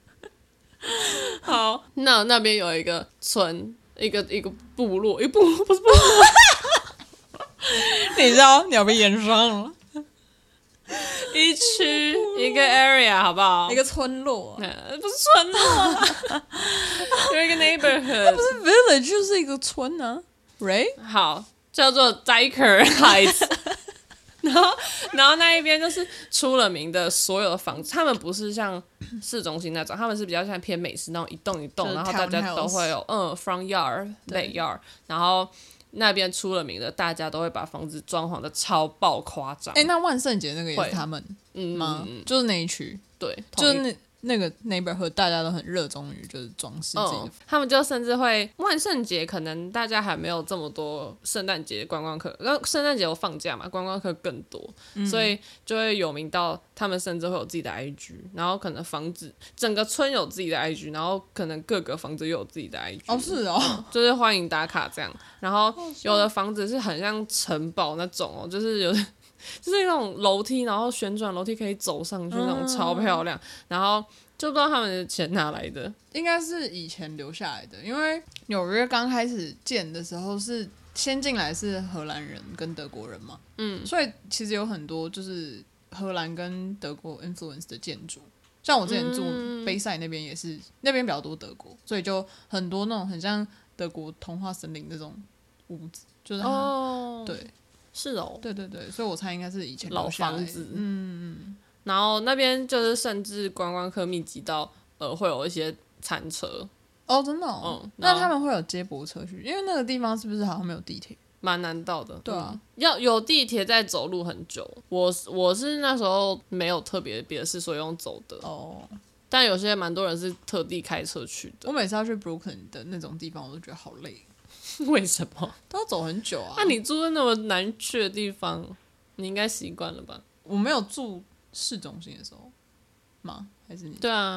好，那那边有一个村，一个一个部落，一个部落不是部落， 你知道你要被延上了。 一区一个 area 好不好？ 一个村落、啊， 不是村落、啊，有一个 neighborhood， 它不是 village 就是一个村啊 ，right？ 好，叫做 Dyker Heights 。然后，然后那一边就是出了名的所有的房子，他们不是像市中心那种，他们是比较像偏美式那种一栋一栋，然后大家都会有嗯 front yard、back yard， 然后。那边出了名的，大家都会把房子装潢的超爆夸张。 哎、欸，那万圣节那个也是他们吗？嗯、就是那一区， 对， 就是那那个 neighborhood， 大家都很热衷于就是装饰自己的、嗯。 他们就甚至会万圣节，可能大家还没有这么多圣诞节观光客，然后圣诞节有放假嘛，观光客更多，嗯、所以就会有名到他们甚至会有自己的 I G， 然后可能房子整个村有自己的 I G， 然后可能各个房子又有自己的 I G。 哦，是哦、 嗯，就是欢迎打卡这样。然后有的房子是很像城堡那种哦，就是有的就是那种楼梯，然后旋转楼梯可以走上去那种，超漂亮。然后就不知道他们的钱哪来的， 应该是以前留下来的，因为纽约刚开始建的时候是先进来是荷兰人跟德国人嘛，嗯，所以其实有很多就是荷兰跟德国 influence 的建筑。像我之前住杯赛那边也是，那边比较多德国，所以就很多那种很像德国童话森林那种屋子，就是它、哦、对， 是哦， 对对对，所以我猜应该是以前老房子， 嗯嗯， 然后那边就是甚至观光客密集到呃会有一些餐车哦，真的、哦，嗯，那他们会有接驳车去，因为那个地方是不是好像没有地铁？ 蛮难到的， 对啊、 嗯，要有地铁再走路很久。我我是那时候没有特别别的事，所以用走的哦。但有些蛮多人是特地开车去的。 我每次要去 Brooklyn 的那种地方，我都觉得好累。 为什么？ 都要走很久啊。 那、啊、你住在那么难去的地方，你应该习惯了吧？ 我没有住市中心的时候吗？还是你？ 对啊，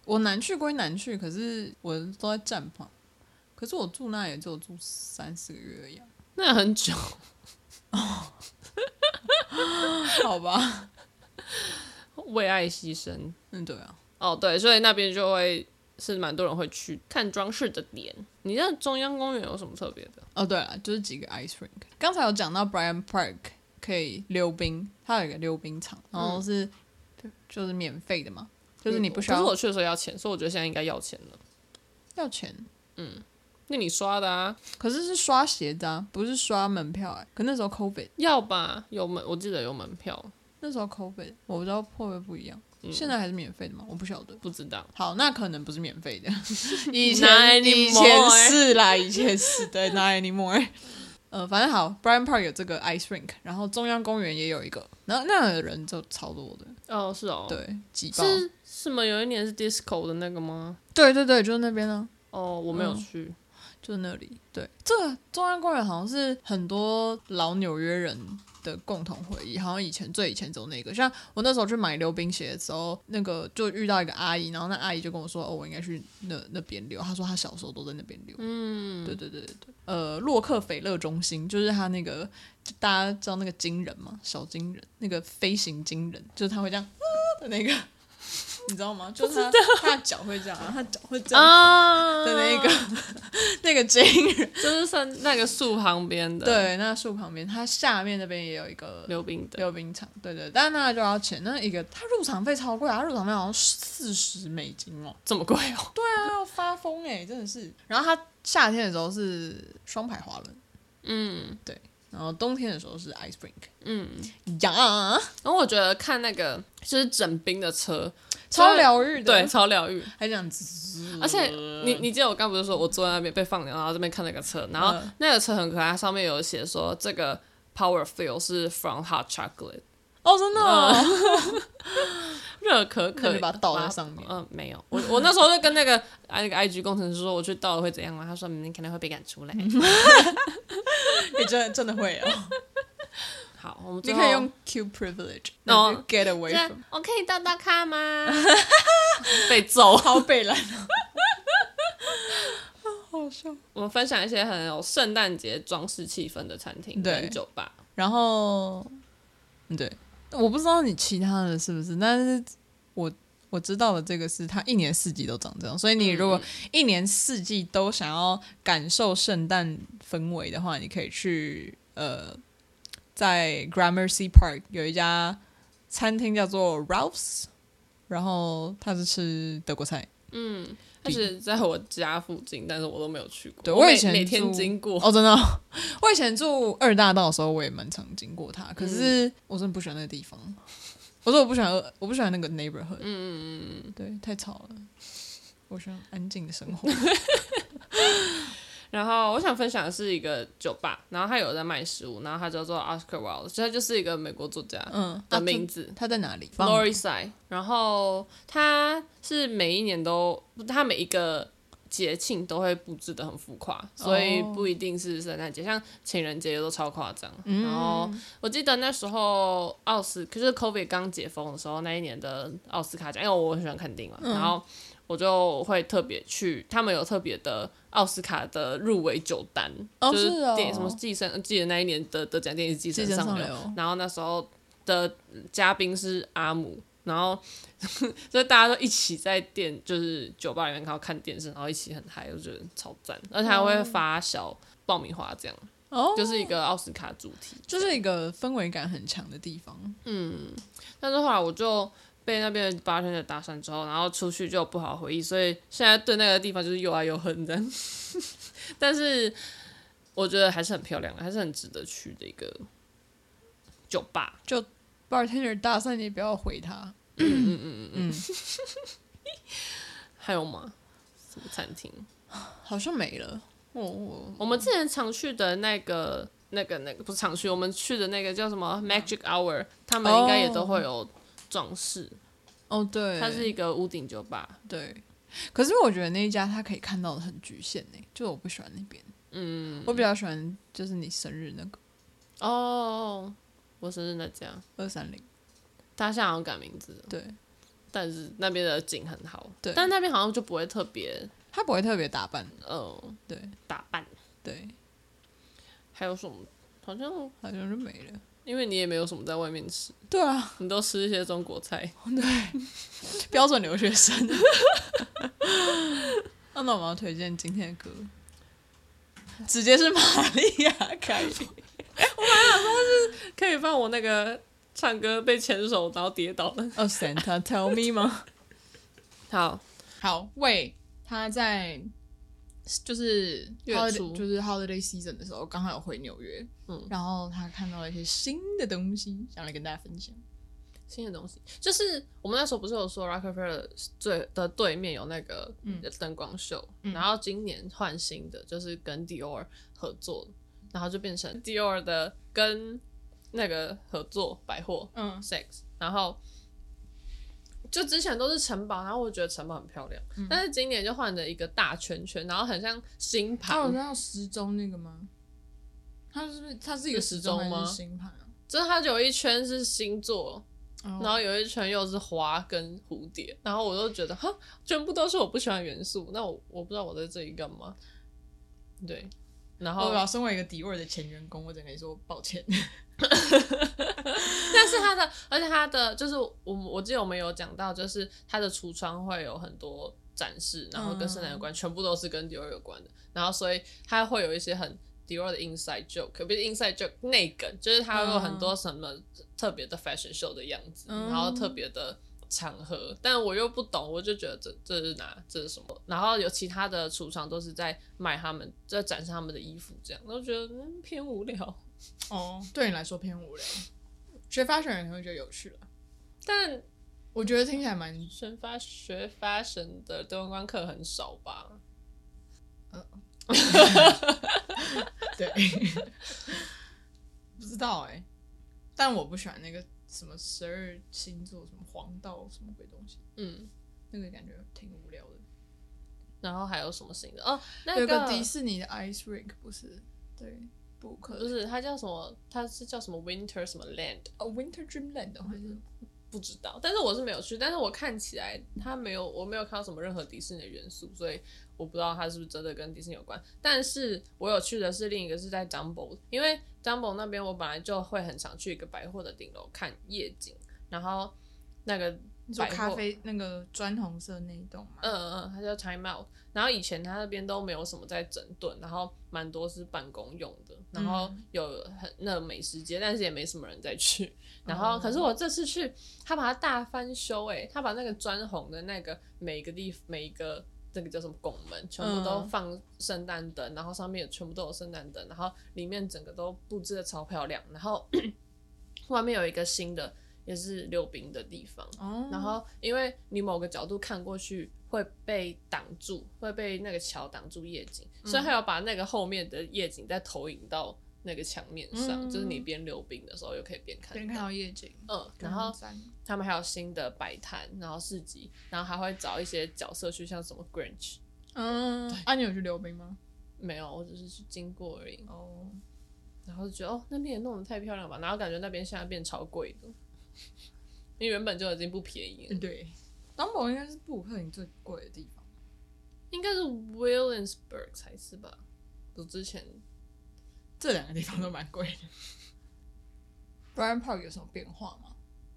我难去归难去，可是我都在站旁，可是我住那也只有住三四个月而已、啊， 那很久。 好吧， 为爱牺牲。 嗯，对啊， 哦，对，所以那边就会是蛮多人会去看装饰的点。你那中央公园有什么特别的？ 哦，对了，就是几个 ice rink。刚才有讲到 Bryant Park 可以溜冰，它有一个溜冰场，然后是、嗯、就是免费的嘛，就是你不需要。 可是我去的时候要钱，所以我觉得现在应该要钱了。 要钱？ 嗯，那你刷的啊？ 可是是刷鞋子啊，不是刷门票哎、欸。可那时候 COVID 要吧？有门，我记得有门票。 那时候 COVID 我不知道会不会不一样。嗯、现在还是免费的吗？我不晓得， 不知道。 好，那可能不是免费的。以前以前是啦，以前是对 ，not anymore。呃，反正好 ，Bryant Park 有这个 ice rink， 然后中央公园也有一个，然后那样的人就超多的。 哦，是哦， 对，挤爆。 是什么？有一年是 disco 的那个吗？ 对对对，就是那边呢、 啊。哦，我没有去。嗯， 就是那里。对，这个中央公园好像是很多老纽约人的共同回忆，好像以前最以前走那个，像我那时候去买溜冰鞋的时候，那个就遇到一个阿姨，然后那阿姨就跟我说，哦，我应该去那那边溜。她说她小时候都在那边溜。嗯，对对对对对。呃，洛克菲勒中心就是他那个，大家知道那个金人吗？小金人，那个飞行金人，就是他会这样啊的那个。你知道吗？就是他，他的脚会这样，然后他脚会这样的那个、啊、那个金人， 就是在那个树旁边的。 对，那树旁边，它下面那边也有一个溜冰的溜冰场。对对，但是那就要钱，那一个它入场费超贵啊，入场费好像四十美金哦， 这么贵哦？ 对啊，要发疯哎、欸，真的是。然后它夏天的时候是双排滑轮，嗯，对。然后冬天的时候是 ice rink， 嗯呀。 然后我觉得看那个就是整冰的车。 超疗愈的， 对，超疗愈， 还这样子。 而且你你记得我刚不是说我坐在那边被放鸟，然后这边看那个车，然后那个车很可爱，上面有写说这个 power fill 是 from hot chocolate。 哦，真的、哦， 热、嗯、可可， 你把它倒在上面。 嗯，没有，我我那时候就跟那个那个 I G 工程师说，我去倒了会怎样吗？他说你可能会被赶出来。你真的真的会哦。 好，我们你可以用 Q privilege， 然后 get away from。 我可以倒倒卡吗？被揍， 好北蓝哦。好笑。 我们分享一些很有圣诞节装饰气氛的餐厅跟酒吧。 然后，对，我不知道你其他的是不是，但是我我知道的这个是它一年四季都长这样，所以你如果一年四季都想要感受圣诞氛围的话，你可以去呃。在 Gramercy Park 有一家餐厅叫做 Ralph's， 然后他是吃德国菜。嗯， 它是在我家附近，但是我都没有去过。 对， 我以前每天经过。 哦，真的、哦，我以前住二大道的时候，我也蛮常经过它。可是我真的不喜欢那个地方。我说我不喜欢，我不喜欢那个 neighborhood。嗯嗯嗯，对，太吵了。我喜欢安静的生活。 然后我想分享的是一个酒吧，然后他有在卖食物，然后他叫做 Oscar Wilde， 所以他就是一个美国作家的名字。 嗯啊、他, 他在哪里 ？Florissant。然后他是每一年都，他每一个节庆都会布置的很浮夸，所以不一定是圣诞节，像情人节都超夸张。嗯、然后我记得那时候奥斯，可是 COVID 刚解封的时候，那一年的奥斯卡奖，因为我很喜欢看电影嘛，嗯、然后我就会特别去，他们有特别的奥斯卡的入围酒单， 哦、 就是电影、 哦、 什么寄生，记得那一年的得奖电影是《寄生上流》，然后那时候的嘉宾是阿姆，然后所以大家都一起在店，就是酒吧里面看到看电视，然后一起很嗨，我觉得超赞，而且还会发小爆米花这样。哦，就是一个奥斯卡主题， 就是一个氛围感很强的地方。 嗯，但是后来我就被那边的bartender搭讪之后，然后出去就有不好的回忆，所以现在对那个地方就是又爱又恨这样。但是我觉得还是很漂亮，还是很值得去的一个酒吧。 就 bartender 搭讪你不要回他。 嗯嗯嗯嗯嗯。还有吗？什么餐厅？ 好像没了。哦哦、 我们之前常去的那个、那个、那个不是常去，我们去的那个叫什么 Magic Hour， 他们应该也都会有装饰。 哦，对， 它是一个屋顶酒吧。 对，可是我觉得那一家它可以看到的很局限呢，就我不喜欢那边。嗯，我比较喜欢就是你生日那个。 哦，我生日那家二三零， 他现在好像改名字了。 对， 但是那边的景很好， 对， 但那边好像就不会特别， 他不会特别打扮， 嗯， 对， 打扮， 对， 还有什么？好像好像就没了。 因为你也没有什么在外面吃， 对啊， 你都吃一些中国菜， 对，标准留学生。那那我们要推荐今天的歌，直接是玛丽亚凯莉。 可以放我那个唱歌被牵手然后跌倒的。 哦、oh, Santa Tell Me 吗？ 好， 好，喂，他在就是月 holiday 初就是 holiday season 的时候，刚好有回纽约，嗯，然后他看到了一些新的东西，想来跟大家分享。 新的东西就是我们那时候不是有说 Rockefeller 最的对面有那个灯光秀、嗯，然后今年换新的，就是跟 Dior 合作，然后就变成 Dior 的跟那个合作百货，嗯 ，Sex， 然后就之前都是城堡，然后我觉得城堡很漂亮，嗯、但是今年就换了一个大圈圈，然后很像星盘。 哦，有看到时钟那个吗？它是不是它是一个时钟吗？星盘啊， 就是它有一圈是星座。Oh. 然后有一圈又是花跟蝴蝶，然后我就觉得哈，全部都是我不喜欢的元素。那我我不知道我在这里干嘛。对，然后我身为一个迪奥的前员工，我只能说抱歉。 但是他的，而且他的就是我我记得我们有讲到，就是他的橱窗会有很多展示，然后跟圣诞有关、嗯，全部都是跟迪奥有关的。然后所以他会有一些很。Dior 的 inside joke， 不是 inside joke 内梗，就是他有很多什么特别的 fashion show 的样子，嗯、然后特别的场合，但我又不懂，我就觉得这这是哪这是什么？然后有其他的橱窗都是在卖他们，在展示他们的衣服，这样，我就觉得嗯偏无聊。 哦，对你来说偏无聊，学 fashion 人会觉得有趣了， 但我觉得听起来蛮学 fashion 学 fashion 的灯光课很少吧？ 嗯。对，不知道哎、欸，但我不喜欢那个什么十二星座什么黄道什么鬼东西，嗯，那个感觉挺无聊的。 然后还有什么新的？哦，那个有个迪士尼的 Ice Rink 不是？对，不可不是，它叫什么？它是叫什么 Winter 什么 Land？ 哦、oh, ，Winter Dreamland 还是？ 不知道，但是我是没有去，但是我看起来它没有，我没有看到什么任何迪士尼的元素，所以我不知道它是不是真的跟迪士尼有关。但是我有去的是另一个是在 Dumbo， 因为 Dumbo 那边我本来就会很常去一个百货的顶楼看夜景，然后那个你说咖啡那个砖红色那一栋吗？ 嗯嗯嗯，它叫 Time Out。然后以前它那边都没有什么在整顿，然后蛮多是办公用的，然后有很那个美食街，但是也没什么人在去。然后可是我这次去，他把它大翻修，哎，他把那个砖红的那个每一个地每一个那个叫什么拱门，全部都放圣诞灯，然后上面也全部都有圣诞灯，然后里面整个都布置的超漂亮，然后外面有一个新的。也是溜冰的地方， oh. 然后因为你某个角度看过去会被挡住，会被那个桥挡住夜景，嗯、所以还有把那个后面的夜景再投影到那个墙面上，嗯、就是你边溜冰的时候又可以边看到， 边看到夜景。 嗯，然后他们还有新的摆摊，然后市集，然后还会找一些角色去，像什么 Grinch。 嗯，啊，你有去溜冰吗？ 没有，我只是去经过而已。哦、oh. ，然后就觉得哦，那边也弄得太漂亮吧，然后感觉那边现在变超贵的。因为原本就已经不便宜了。 对 ，Dumbo 应该是布鲁克林最贵的地方， 应该是 Williamsburg 才是吧？我之前这两个地方都蛮贵的。Bryant Park 有什么变化吗？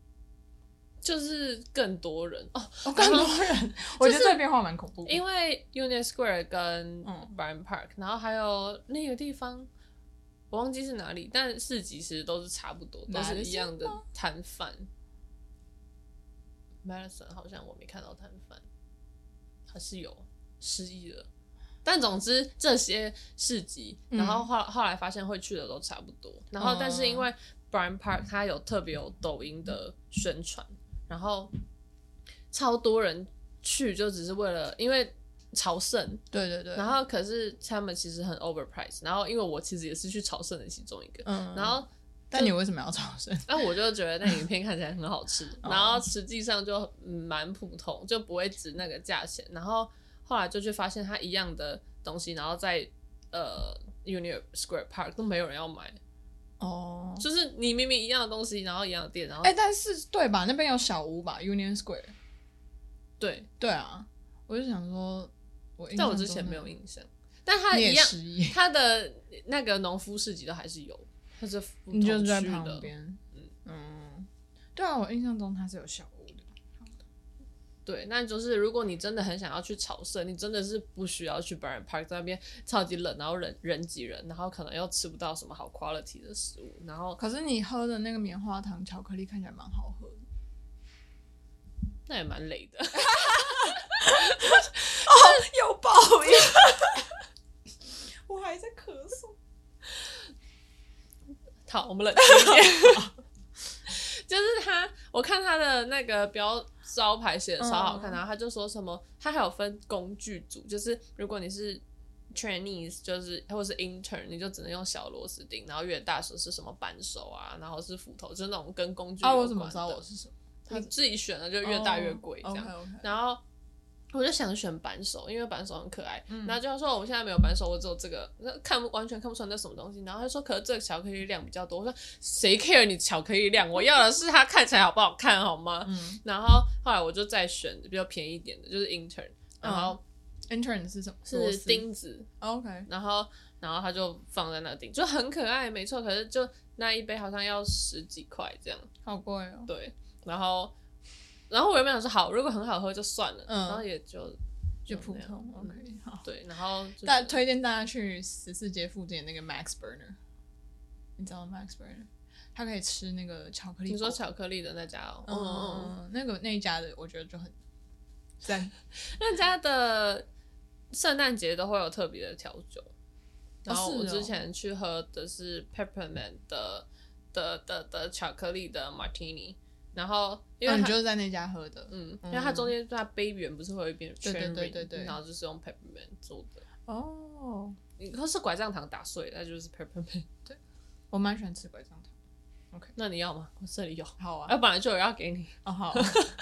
就是更多人哦， 哦更多人，我觉得这个变化蛮恐怖的。 因为 Union Square 跟 Bryant Park，、嗯、然后还有那个地方。我忘记是哪里，但市集其实都是差不多，都是一样的摊贩。Madison 好像我没看到摊贩，还是有失忆了。但总之这些市集，然后后、嗯、后来发现会去的都差不多。然后但是因为 Bryant Park 它有特别有抖音的宣传，然后超多人去就只是为了因为。朝圣， 对对对， 然后可是他们其实很 overpriced， 然后因为我其实也是去朝圣的其中一个，嗯，然后但你为什么要朝圣？ 那我就觉得那影片看起来很好吃，然后实际上就蛮普通，就不会值那个价钱。然后后来就去发现它一样的东西，然后在呃 Union Square Park 都没有人要买。哦，就是你明明一样的东西，然后一样的店，然后哎、欸，但是对吧？那边有小屋吧 ，Union Square。 对对啊，我就想说，我在我之前没有印象，但他一样，他的那个农夫市集都还是有，他是不同你就是在区的旁边，嗯嗯，对啊，我印象中他是有小屋的。 对，那就是如果你真的很想要去朝圣，你真的是不需要去 Bryant Park， 在那边超级冷，然后人人挤人，然后可能又吃不到什么好 quality 的食物，然后可是你喝的那个棉花糖巧克力看起来蛮好喝的， 那也蛮累的。哦， 有报应，我还在咳嗽。 好，我们冷静一点。就是他，我看他的那个标招牌写的超好看，嗯、然后他就说什么，他还有分工具组，就是如果你是 trainees， 就是或是 intern， 你就只能用小螺丝钉，然后越大手是什么扳手啊，然后是斧头，就是那种跟工具有关的。啊，我怎么知道我是什么？你自己选的就越大越贵这样。Oh, okay, okay. 然后我就想选扳手，因为扳手很可爱。嗯、然后就说我现在没有扳手，我只有这个，看完全看不出来那什么东西。然后他说，可是这个巧克力量比较多。我说谁 care 你巧克力量？我要的是它看起来好不好看，好吗？嗯、然后后来我就再选比较便宜一点的，就是 intern。然后、 嗯、intern 是什么？ 是钉子。 Oh, OK。 然后然后他就放在那钉，就很可爱，没错。可是就那一杯好像要十几块这样， 好贵哦。 对，然后。然后我原本想说好，如果很好喝就算了，嗯、然后也就就普通 ，OK， 好。 对，然后、就是、 大推荐大家去十四街附近的那个 Max Burner， 你知道 Max Burner？ 他可以吃那个巧克力。 你说巧克力的那家哦， 嗯嗯，那个那一家的我觉得就很赞。 那家的圣诞节都会有特别的调酒，然后我之前去喝的是 Peppermint 的的的的巧克力的 Martini。然后，因为、 啊、你就是在那家喝的， 嗯，因为它中间它杯缘不是会有一边圈 ring， 对对对对， 然后就是用 peppermint 做的。 哦， 你它是拐杖糖打碎，那就是 peppermint。 对，我蛮喜欢吃拐杖糖。OK， 那你要吗？我这里有。 好啊， 啊，本来就有要给你。 哦好。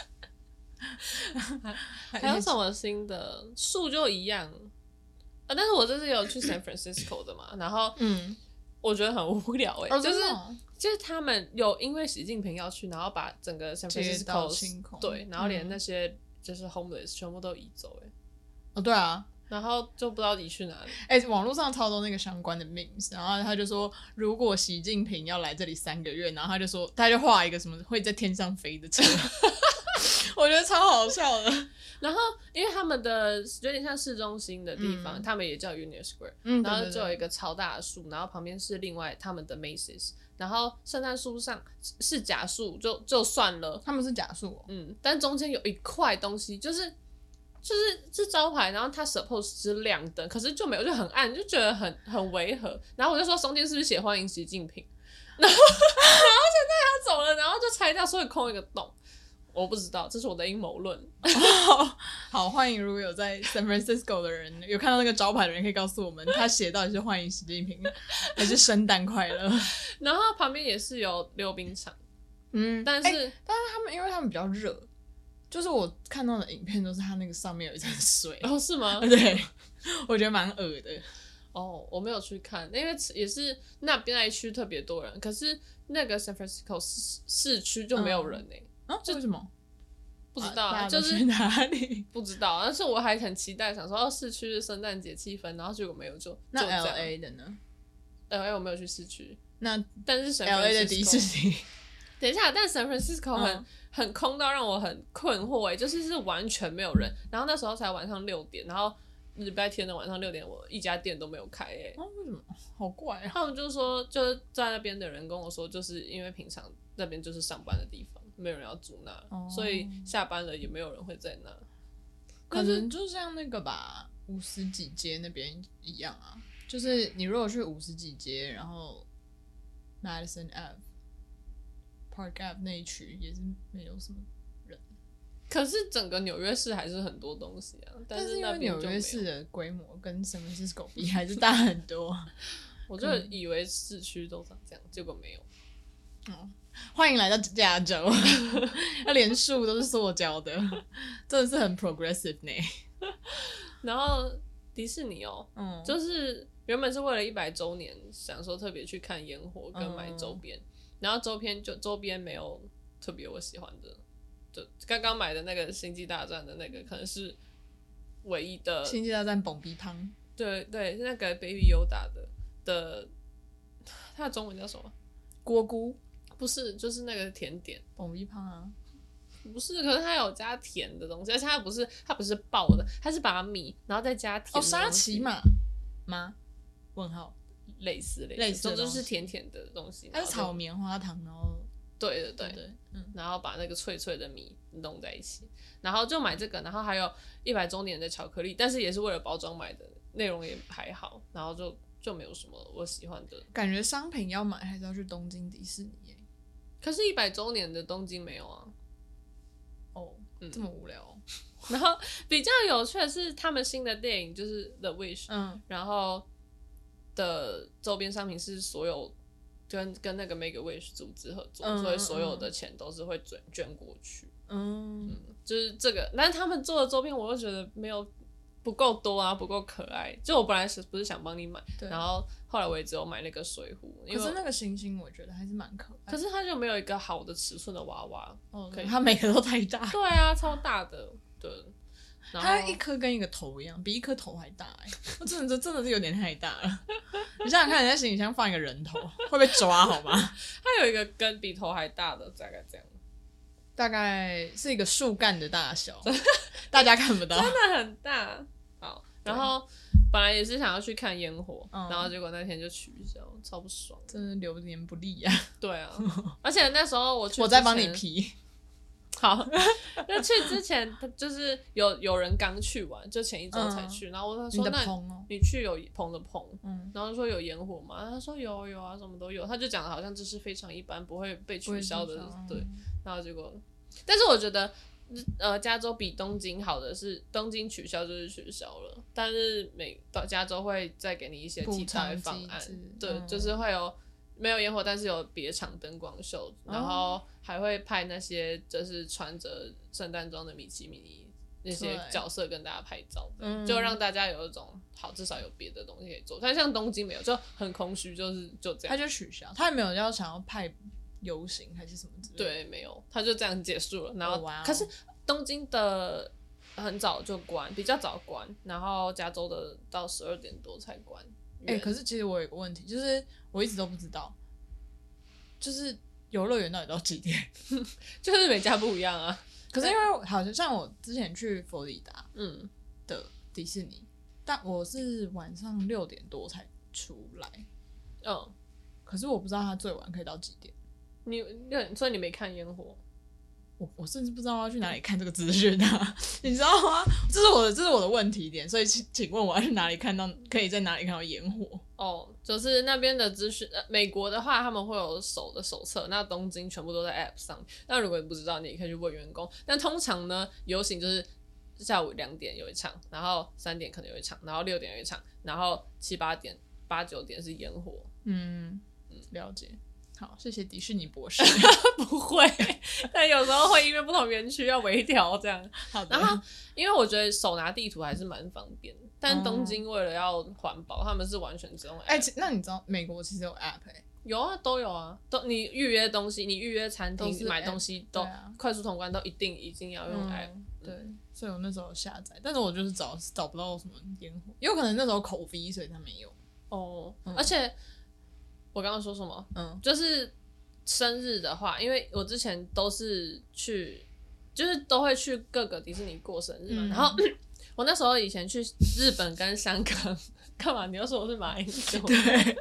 还有什么新的？树就一样啊，但是我这次有去 San Francisco 的嘛，然后嗯，我觉得很无聊哎、欸哦，就是。就是他们有因为习近平要去，然后把整个 San Francisco 对，然后连那些就是 homeless 全部都移走哎、欸。 哦，对啊， 然后就不知道移去哪里。 哎、欸，网络上超多那个相关的 memes， 然后他就说，如果习近平要来这里三个月，然后他就说，他就画一个什么会在天上飞的车，我觉得超好笑的。 然后，因为他们的有点像市中心的地方，嗯、他们也叫 Union Square，、嗯、然后就有一个超大的树，然后旁边是另外他们的 Macy's。然后圣诞树上是假树就就算了， 他们是假树、哦， 嗯，但中间有一块东西，就是就是是招牌，然后它 suppose 是亮灯，可是就没有，就很暗，就觉得很很违和。然后我就说中间是不是写欢迎习近平？然后然后现在他走了，然后就拆掉，所以空一个洞。我不知道，这是我的阴谋论。 好, 好，欢迎如果有在 San Francisco 的人，有看到那个招牌的人，可以告诉我们，他写到底是欢迎习近平，还是圣诞快乐？ 然后旁边也是有溜冰场，嗯，但是、 欸、但是他们因为他们比较热，就是我看到的影片都是他那个上面有一层水。 哦，是吗？ 对，我觉得蛮恶的。 哦，我没有去看，因为也是那边那一区特别多人，可是那个 San Francisco 市市区就没有人哎、欸。嗯啊，为什么？ 不知道， 啊、 就是哪里不知道。但是我还很期待，想说到市区的圣诞节气氛，然后结果没有就，就那 L A 的呢 ？L A 我没有去市区， 那但是 L A 的迪士尼， 等一下，但 San Francisco 很、嗯、很空到让我很困惑哎，就是是完全没有人，然后那时候才晚上六点，然后礼拜天的晚上六点，我一家店都没有开哎、 哦，为什么？好怪啊！ 他们就说，就是在那边的人跟我说，就是因为平常那边就是上班的地方。没有人要住那、哦，所以下班了也没有人会在那。 可能就像那个吧，五十几街那边一样啊。就是你如果去五十几街，然后 Madison Ave、Park Ave 那一区也是没有什么人。 可是整个纽约市还是很多东西啊。但是因为纽约市的规模跟 San Francisco 比还是大很多。 我就以为市区都长这样，结果没有。 嗯。欢迎来到加州，那连树都是塑胶的，真的是很 progressive 呢。 然后迪士尼哦，嗯，就是原本是为了一百周年，想说特别去看烟火跟买周边、嗯，然后周边就周边没有特别我喜欢的， 对，刚刚买的那个星际大战的那个可能是唯一的星际大战蹦逼胖， 对对，那个 Baby Yoda 的的，它的中文叫什么？ 锅菇不是，就是那个甜点。 蹦逼胖啊， 不是，可是它有加甜的东西，而且它不是它不是爆的，它是把米然后再加甜的哦， 东西。 沙琪玛吗？问号， 类似类似， 类似的总之是东西甜甜的东西。 它是炒棉花糖，然后对对对， 对，嗯， 然后把那个脆脆的米弄在一起，然后就买这个，然后还有一百周年的巧克力，但是也是为了包装买的，内容也还好，然后就就没有什么我喜欢的。 感觉商品要买还是要去东京迪士尼耶。 可是，一百周年的东京没有啊。 哦， 嗯这么无聊、哦。 然后比较有趣的是，他们新的电影就是《The Wish》， 嗯， 然后的周边商品是所有跟跟那个 Make a Wish 组织合作， 嗯所以所有的钱都是会捐捐过去。 嗯， 就是这个，但是他们做的周边，我又觉得没有不够多啊，不够可爱。就我本来是不是想帮你买， 对然后后来我也只有买那个水壶，因为可是那个星星我觉得还是蛮可爱的。 可是它就没有一个好的尺寸的娃娃。 哦， 可以它每个都太大， 对啊，超大的，对。然后它一颗跟一个头一样，比一颗头还大哎、欸！真的真的是有点太大了。你想想看，你在行李箱放一个人头，会被抓好吗？ 它有一个跟比头还大的，大概这样， 大概是一个树干的大小，大家看不到， 真的很大。好，然后本来也是想要去看烟火， 嗯然后结果那天就取消，超不爽。 真的流年不利啊！ 对啊，而且那时候我去， 我在帮你。批。 好，那去之前，他就是有有人刚去完，就前一周才去，然后我他你的说那棚哦， 你去有棚的棚， 嗯， 然后说有烟火吗？他说有有啊，什么都有，他就讲的好像这是非常一般，不会被取消的， 不会取消对。然后结果，但是我觉得，呃，加州比东京好的是，东京取消就是取消了，但是每到加州会再给你一些替代方案补偿机制， 对， 嗯就是会有。没有烟火，但是有别场灯光秀，然后还会派那些就是穿着圣诞装的米奇米妮那些角色跟大家拍照， 嗯就让大家有一种好，至少有别的东西可以做。但像东京没有，就很空虚，就是就这样。 他就取消，他也没有要想要派游行还是什么之类的。 对，没有，他就这样结束了。然后， 哦哇哦可是东京的很早就关，比较早关，然后加州的到十二点多才关。 哎、欸，可是其实我有个问题，就是我一直都不知道，就是游乐园到底到几点？ 就是每家不一样啊。 可是因为好像像我之前去佛罗里达嗯的迪士尼，但我是晚上六点多才出来， 嗯， 可是我不知道它最晚可以到几点。 你六，所以你没看烟火？ 我我甚至不知道要去哪里看这个资讯啊，你知道吗？这是我的这是我的问题点，所以请请问我要去哪里看到，可以在哪里看到烟火？ 哦，就是那边的资讯、呃，美国的话他们会有手的手册，那东京全部都在 App 上。那如果你不知道，你也可以去问员工。但通常呢，游行就是下午两点有一场，然后三点可能有一场，然后六点有一场，然后七八点、八九点是烟火。 嗯嗯，了解。好，谢谢迪士尼博士。 不会，但有时候会因为不同园区要微调这样。 好的。 然后，因为我觉得手拿地图还是蛮方便的，但东京为了要环保，他们是完全只用 app。 哎、欸，那你知道美国其实有 app 哎、欸？ 有啊，都有啊，都你预约东西，你预约餐厅、买 app, 东西都、 啊、 快速通关都一定一定要用 app、 嗯。对，所以我那时候下载，但是我就是找找不到什么烟火，有可能那时候口 V，所以他没有。 哦，嗯、而且我刚刚说什么？ 嗯， 就是生日的话，因为我之前都是去，就是都会去各个迪士尼过生日嘛。嗯、然后我那时候以前去日本跟香港，干嘛？你要说我是马英九？ 对，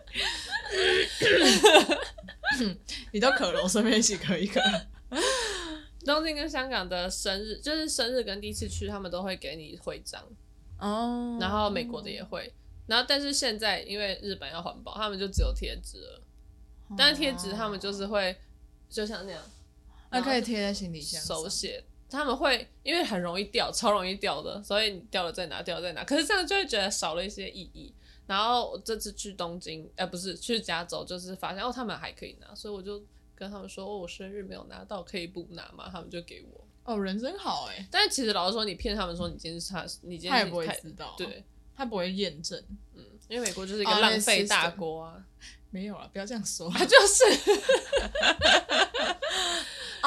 你都渴了，我顺便一起咳一咳。 东京跟香港的生日，就是生日跟第一次去，他们都会给你徽章哦。 然后美国的也会，然后但是现在因为日本要环保，他们就只有贴纸了。但是贴纸他们就是会，就像那样， 那可以贴在行李箱上。 手写，他们会因为很容易掉，超容易掉的，所以你掉了再拿，掉了再拿。可是这样就会觉得少了一些意义。然后我这次去东京，呃，不是去加州，就是发现哦，他们还可以拿，所以我就跟他们说，哦，我生日没有拿到，可以补拿吗？他们就给我。 哦，人真好哎、欸。 但是其实老实说，你骗他们说你今天是他，你今天他也不会知道， 对， 他不会验证。 嗯，因为美国就是一个浪费大国啊。 没有啦，不要这样说。 他就是。 哦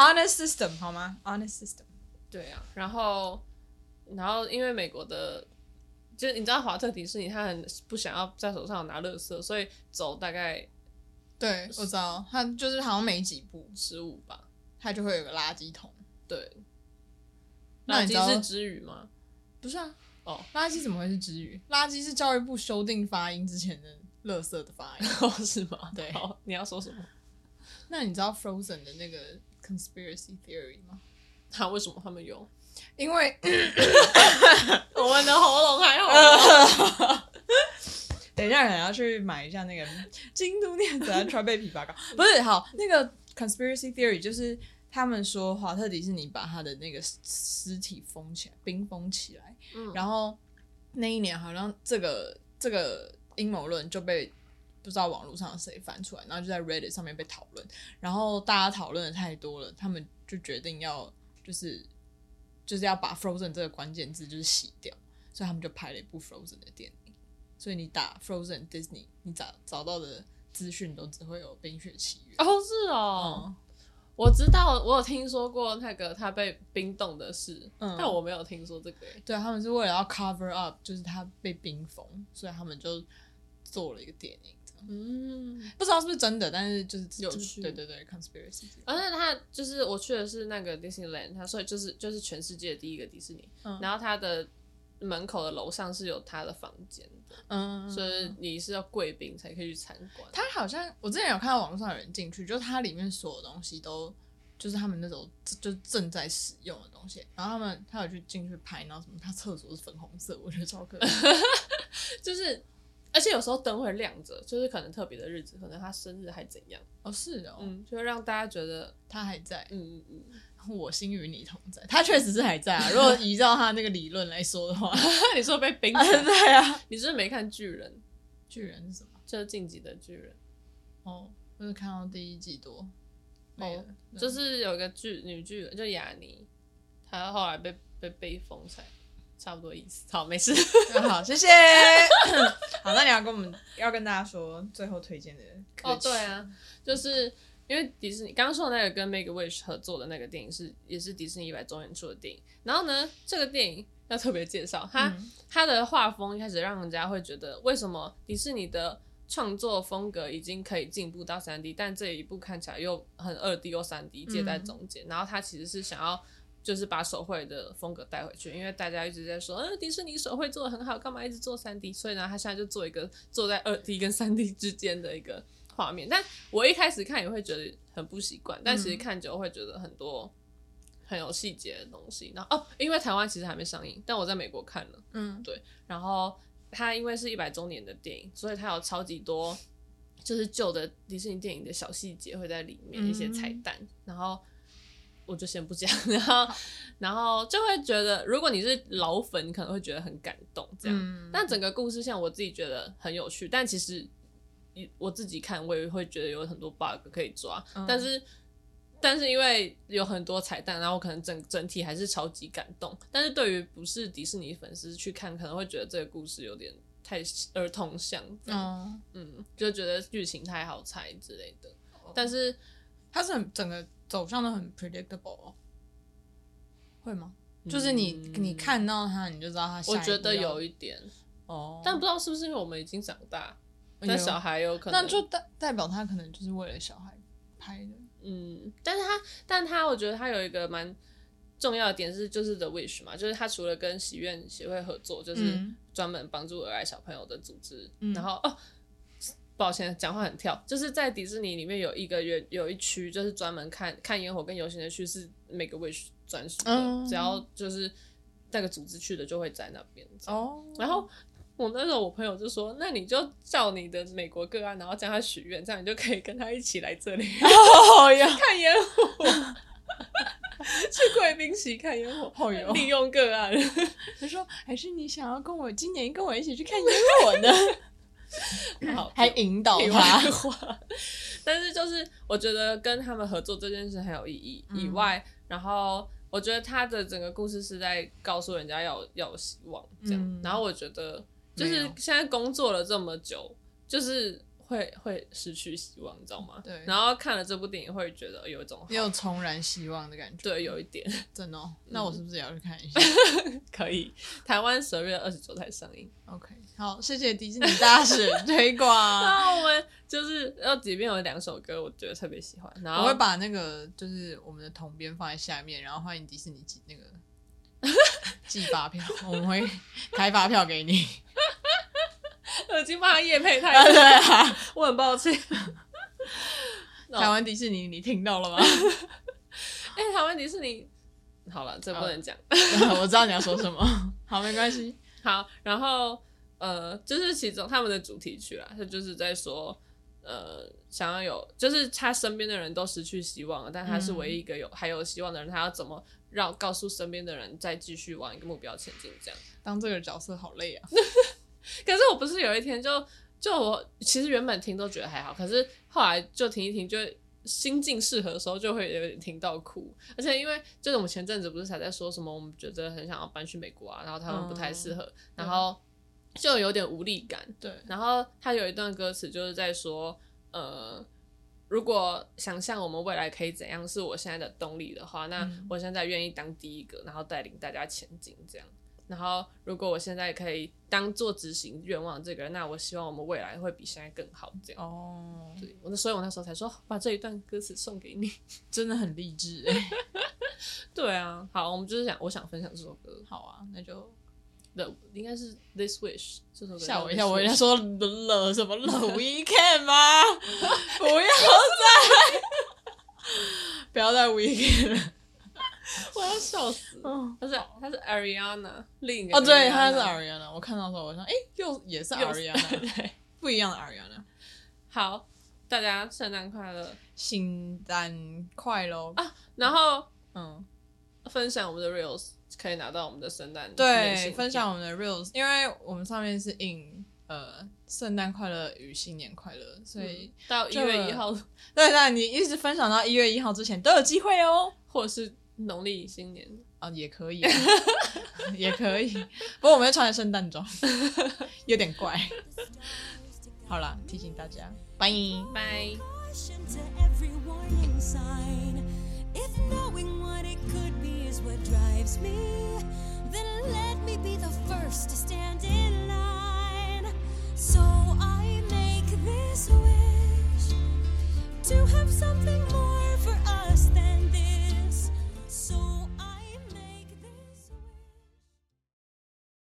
honest system 好吗 ？honest system。 对啊，然后然后因为美国的，就是你知道华特迪士尼他很不想要在手上拿垃圾，所以走大概对，我知道，他就是好像没几步， 十五吧， 他就会有个垃圾桶。 对， 那你知道垃圾是之语吗？ 不是啊， 哦， 垃圾怎么会是之语？垃圾是教育部修订发音之前的垃圾的发音。 哦，是吗？ 对， 好，你要说什么？ 那你知道 Frozen 的那个 conspiracy theory 吗？ 他为什么他们有？ 因为我们的喉咙还好。 等一下可能要去买一下那个京都念慈庵川贝枇杷膏。不是，好，那个 conspiracy theory 就是他们说华特迪士尼把他的那个尸体封起来，冰封起来，嗯、然后那一年好像这个这个阴谋论就被不知道网络上谁翻出来，然后就在 Reddit 上面被讨论，然后大家讨论的太多了，他们就决定要就是就是要把 Frozen 这个关键字就是洗掉，所以他们就拍了一部 Frozen 的电影。所以你打 Frozen Disney， 你找找到的资讯都只会有冰雪奇缘。 哦，是哦、 嗯， 我知道，我有听说过那个他被冰冻的事，嗯、但我没有听说这个。 对，他们是为了要 cover up， 就是他被冰封，所以他们就做了一个电影。嗯，不知道是不是真的，但是就是有趣。 对对对 ，conspiracy。 而且他就是我去的是那个 Disneyland， 他所以就是就是全世界第一个迪士尼，嗯、然后他的门口的楼上是有他的房间的，嗯，所以你是要贵宾才可以去参观。 他好像我之前有看到网络上有人进去，就它里面所有东西都就是他们那种就正在使用的东西，然后他们他有去进去拍，然后什么他厕所是粉红色，我觉得超可爱， 就是。而且有时候灯会亮着，就是可能特别的日子，可能他生日还怎样。 哦，是哦， 嗯，就会让大家觉得他还在。 嗯嗯嗯，我心与你同在。他确实是还在啊。如果依照他那个理论来说的话， 你说被冰起来、 啊？对啊。 你是不是没看巨人？ 巨人是什么？ 就是晋级的巨人。 哦，我是看到第一季多。 哦，就是有一个巨女巨人，就雅尼，她后来被被被封才。差不多意思，好，没事。 好，谢谢。好，那你要跟我们要跟大家说最后推荐的歌曲。 哦，对啊，就是因为迪士尼刚刚说的那个跟 Make a Wish 合作的那个电影是也是迪士尼一百周年出的电影。然后呢，这个电影要特别介绍，它、嗯、它的画风一开始让人家会觉得，为什么迪士尼的创作风格已经可以进步到 三 D， 但这一部看起来又很 二 D 又 三 D 介在中间、嗯。然后它其实是想要。就是把手绘的风格带回去，因为大家一直在说，嗯、呃，迪士尼手绘做得很好，干嘛一直做 三 D？ 所以呢，他现在就做一个做在 二 D 跟 三 D 之间的一个画面。但我一开始看也会觉得很不习惯，但其实看久会觉得很多很有细节的东西。然后哦，因为台湾其实还没上映，但我在美国看了，嗯，对。然后它因为是一百周年的电影，所以它有超级多就是旧的迪士尼电影的小细节会在里面，一些彩蛋，然后。我就先不讲，然后，然后就会觉得，如果你是老粉，你可能会觉得很感动，这样。嗯、但整个故事像我自己觉得很有趣，但其实我自己看我也会觉得有很多 bug 可以抓，嗯、但是，但是因为有很多彩蛋，然后可能整整体还是超级感动。但是对于不是迪士尼粉丝去看，可能会觉得这个故事有点太儿童向，嗯嗯，就觉得剧情太好猜之类的。哦、但是它是很整个。走向的很 predictable， 哦、会吗？就是你、嗯、你看到他，你就知道他下一步。 我觉得有一点哦，但不知道是不是因为我们已经长大，但小孩有可能， 那就代代表他可能就是为了小孩拍的。 嗯，但是他，但他我觉得他有一个蛮重要的点是，就是 The Wish 嘛，就是他除了跟喜愿协会合作，就是专门帮助儿爱小朋友的组织，嗯、然后哦。抱歉，讲话很跳。就是在迪士尼里面有一个有有一区，就是专门看看烟火跟游行的区，是每个 Wish 专属的、嗯，只要就是那个组织去的就会在那边。哦。然后我那时候我朋友就说：“那你就叫你的美国个案，然后叫他许愿，这样你就可以跟他一起来这里、 哦、呀看烟火。”去贵宾席看烟火，好有利用个案。 他说：“还是你想要跟我今年跟我一起去看烟火呢？”好，还引导他， 但是就是我觉得跟他们合作这件事很有意义、嗯、以外，然后我觉得他的整个故事是在告诉人家要要有希望这样、嗯，然后我觉得就是现在工作了这么久，就是会会失去希望，你知道吗？ 对。 然后看了这部电影会觉得有一种也有重燃希望的感觉。 对，有一点。 真的哦？那我是不是也要去看一下？ 可以，台湾十二月二十九才上映。 OK， 好，谢谢迪士尼大使推广。 然后我们就是要里面有两首歌，我觉得特别喜欢。然后我会把那个就是我们的统编放在下面，然后欢迎迪士尼寄那个寄发票，我们会开发票给你。 我已经帮他业配太多，对啊， 我很抱歉。 台湾迪士尼，你听到了吗？ 哎、欸，台湾迪士尼，好了，这不能讲。 我知道你要说什么，好，没关系。 好，然后呃，就是其中他们的主题曲啦，他就是在说，呃，想要有，就是他身边的人都失去希望了，但他是唯一一个有、嗯、还有希望的人，他要怎么让告诉身边的人再继续往一个目标前进？这样， 当这个角色好累啊。 可是我不是有一天就就我其实原本听都觉得还好，可是后来就听一听，就心境适合的时候就会有点听到哭。而且因为就是我们前阵子不是才在说什么，我们觉得很想要搬去美国啊，然后台湾不太适合，嗯、然后就有点无力感。 对， 然后他有一段歌词就是在说，呃，如果想象我们未来可以怎样是我现在的动力的话，那我现在愿意当第一个，然后带领大家前进这样。然后如果我现在可以当做执行愿望这个人，那我希望我们未来会比现在更好这样。 哦， 对，我所以我那时候才说把这一段歌词送给你。 真的很励志哎。 对啊，好，我们就是想我想分享这首歌。 好啊，那就 The 应该是 This Wish 这首歌。 吓我一下，我以为说了什么了 Weekend 吗？不要再不要再 Weekend 了。 我要笑死！哦、他是他是 Ariana， 另一个 Ariana, 哦，对，他是 Ariana。我看到的时候，我想，哎，又也是 Ariana， 对，不一样的 Ariana。 好，大家圣诞快乐， 圣诞快乐啊！然后，嗯，分享我们的 Reels 可以拿到我们的圣诞对，分享我们的 Reels， 因为我们上面是印呃圣诞快乐与新年快乐，所以、 嗯、到一月一号， 对对，你一直分享到一月一号之前都有机会哦， 或者是农历新年啊、哦，也可以、啊，也可以。不过我们会穿着圣诞装，有点怪。好啦，提醒大家，拜拜。If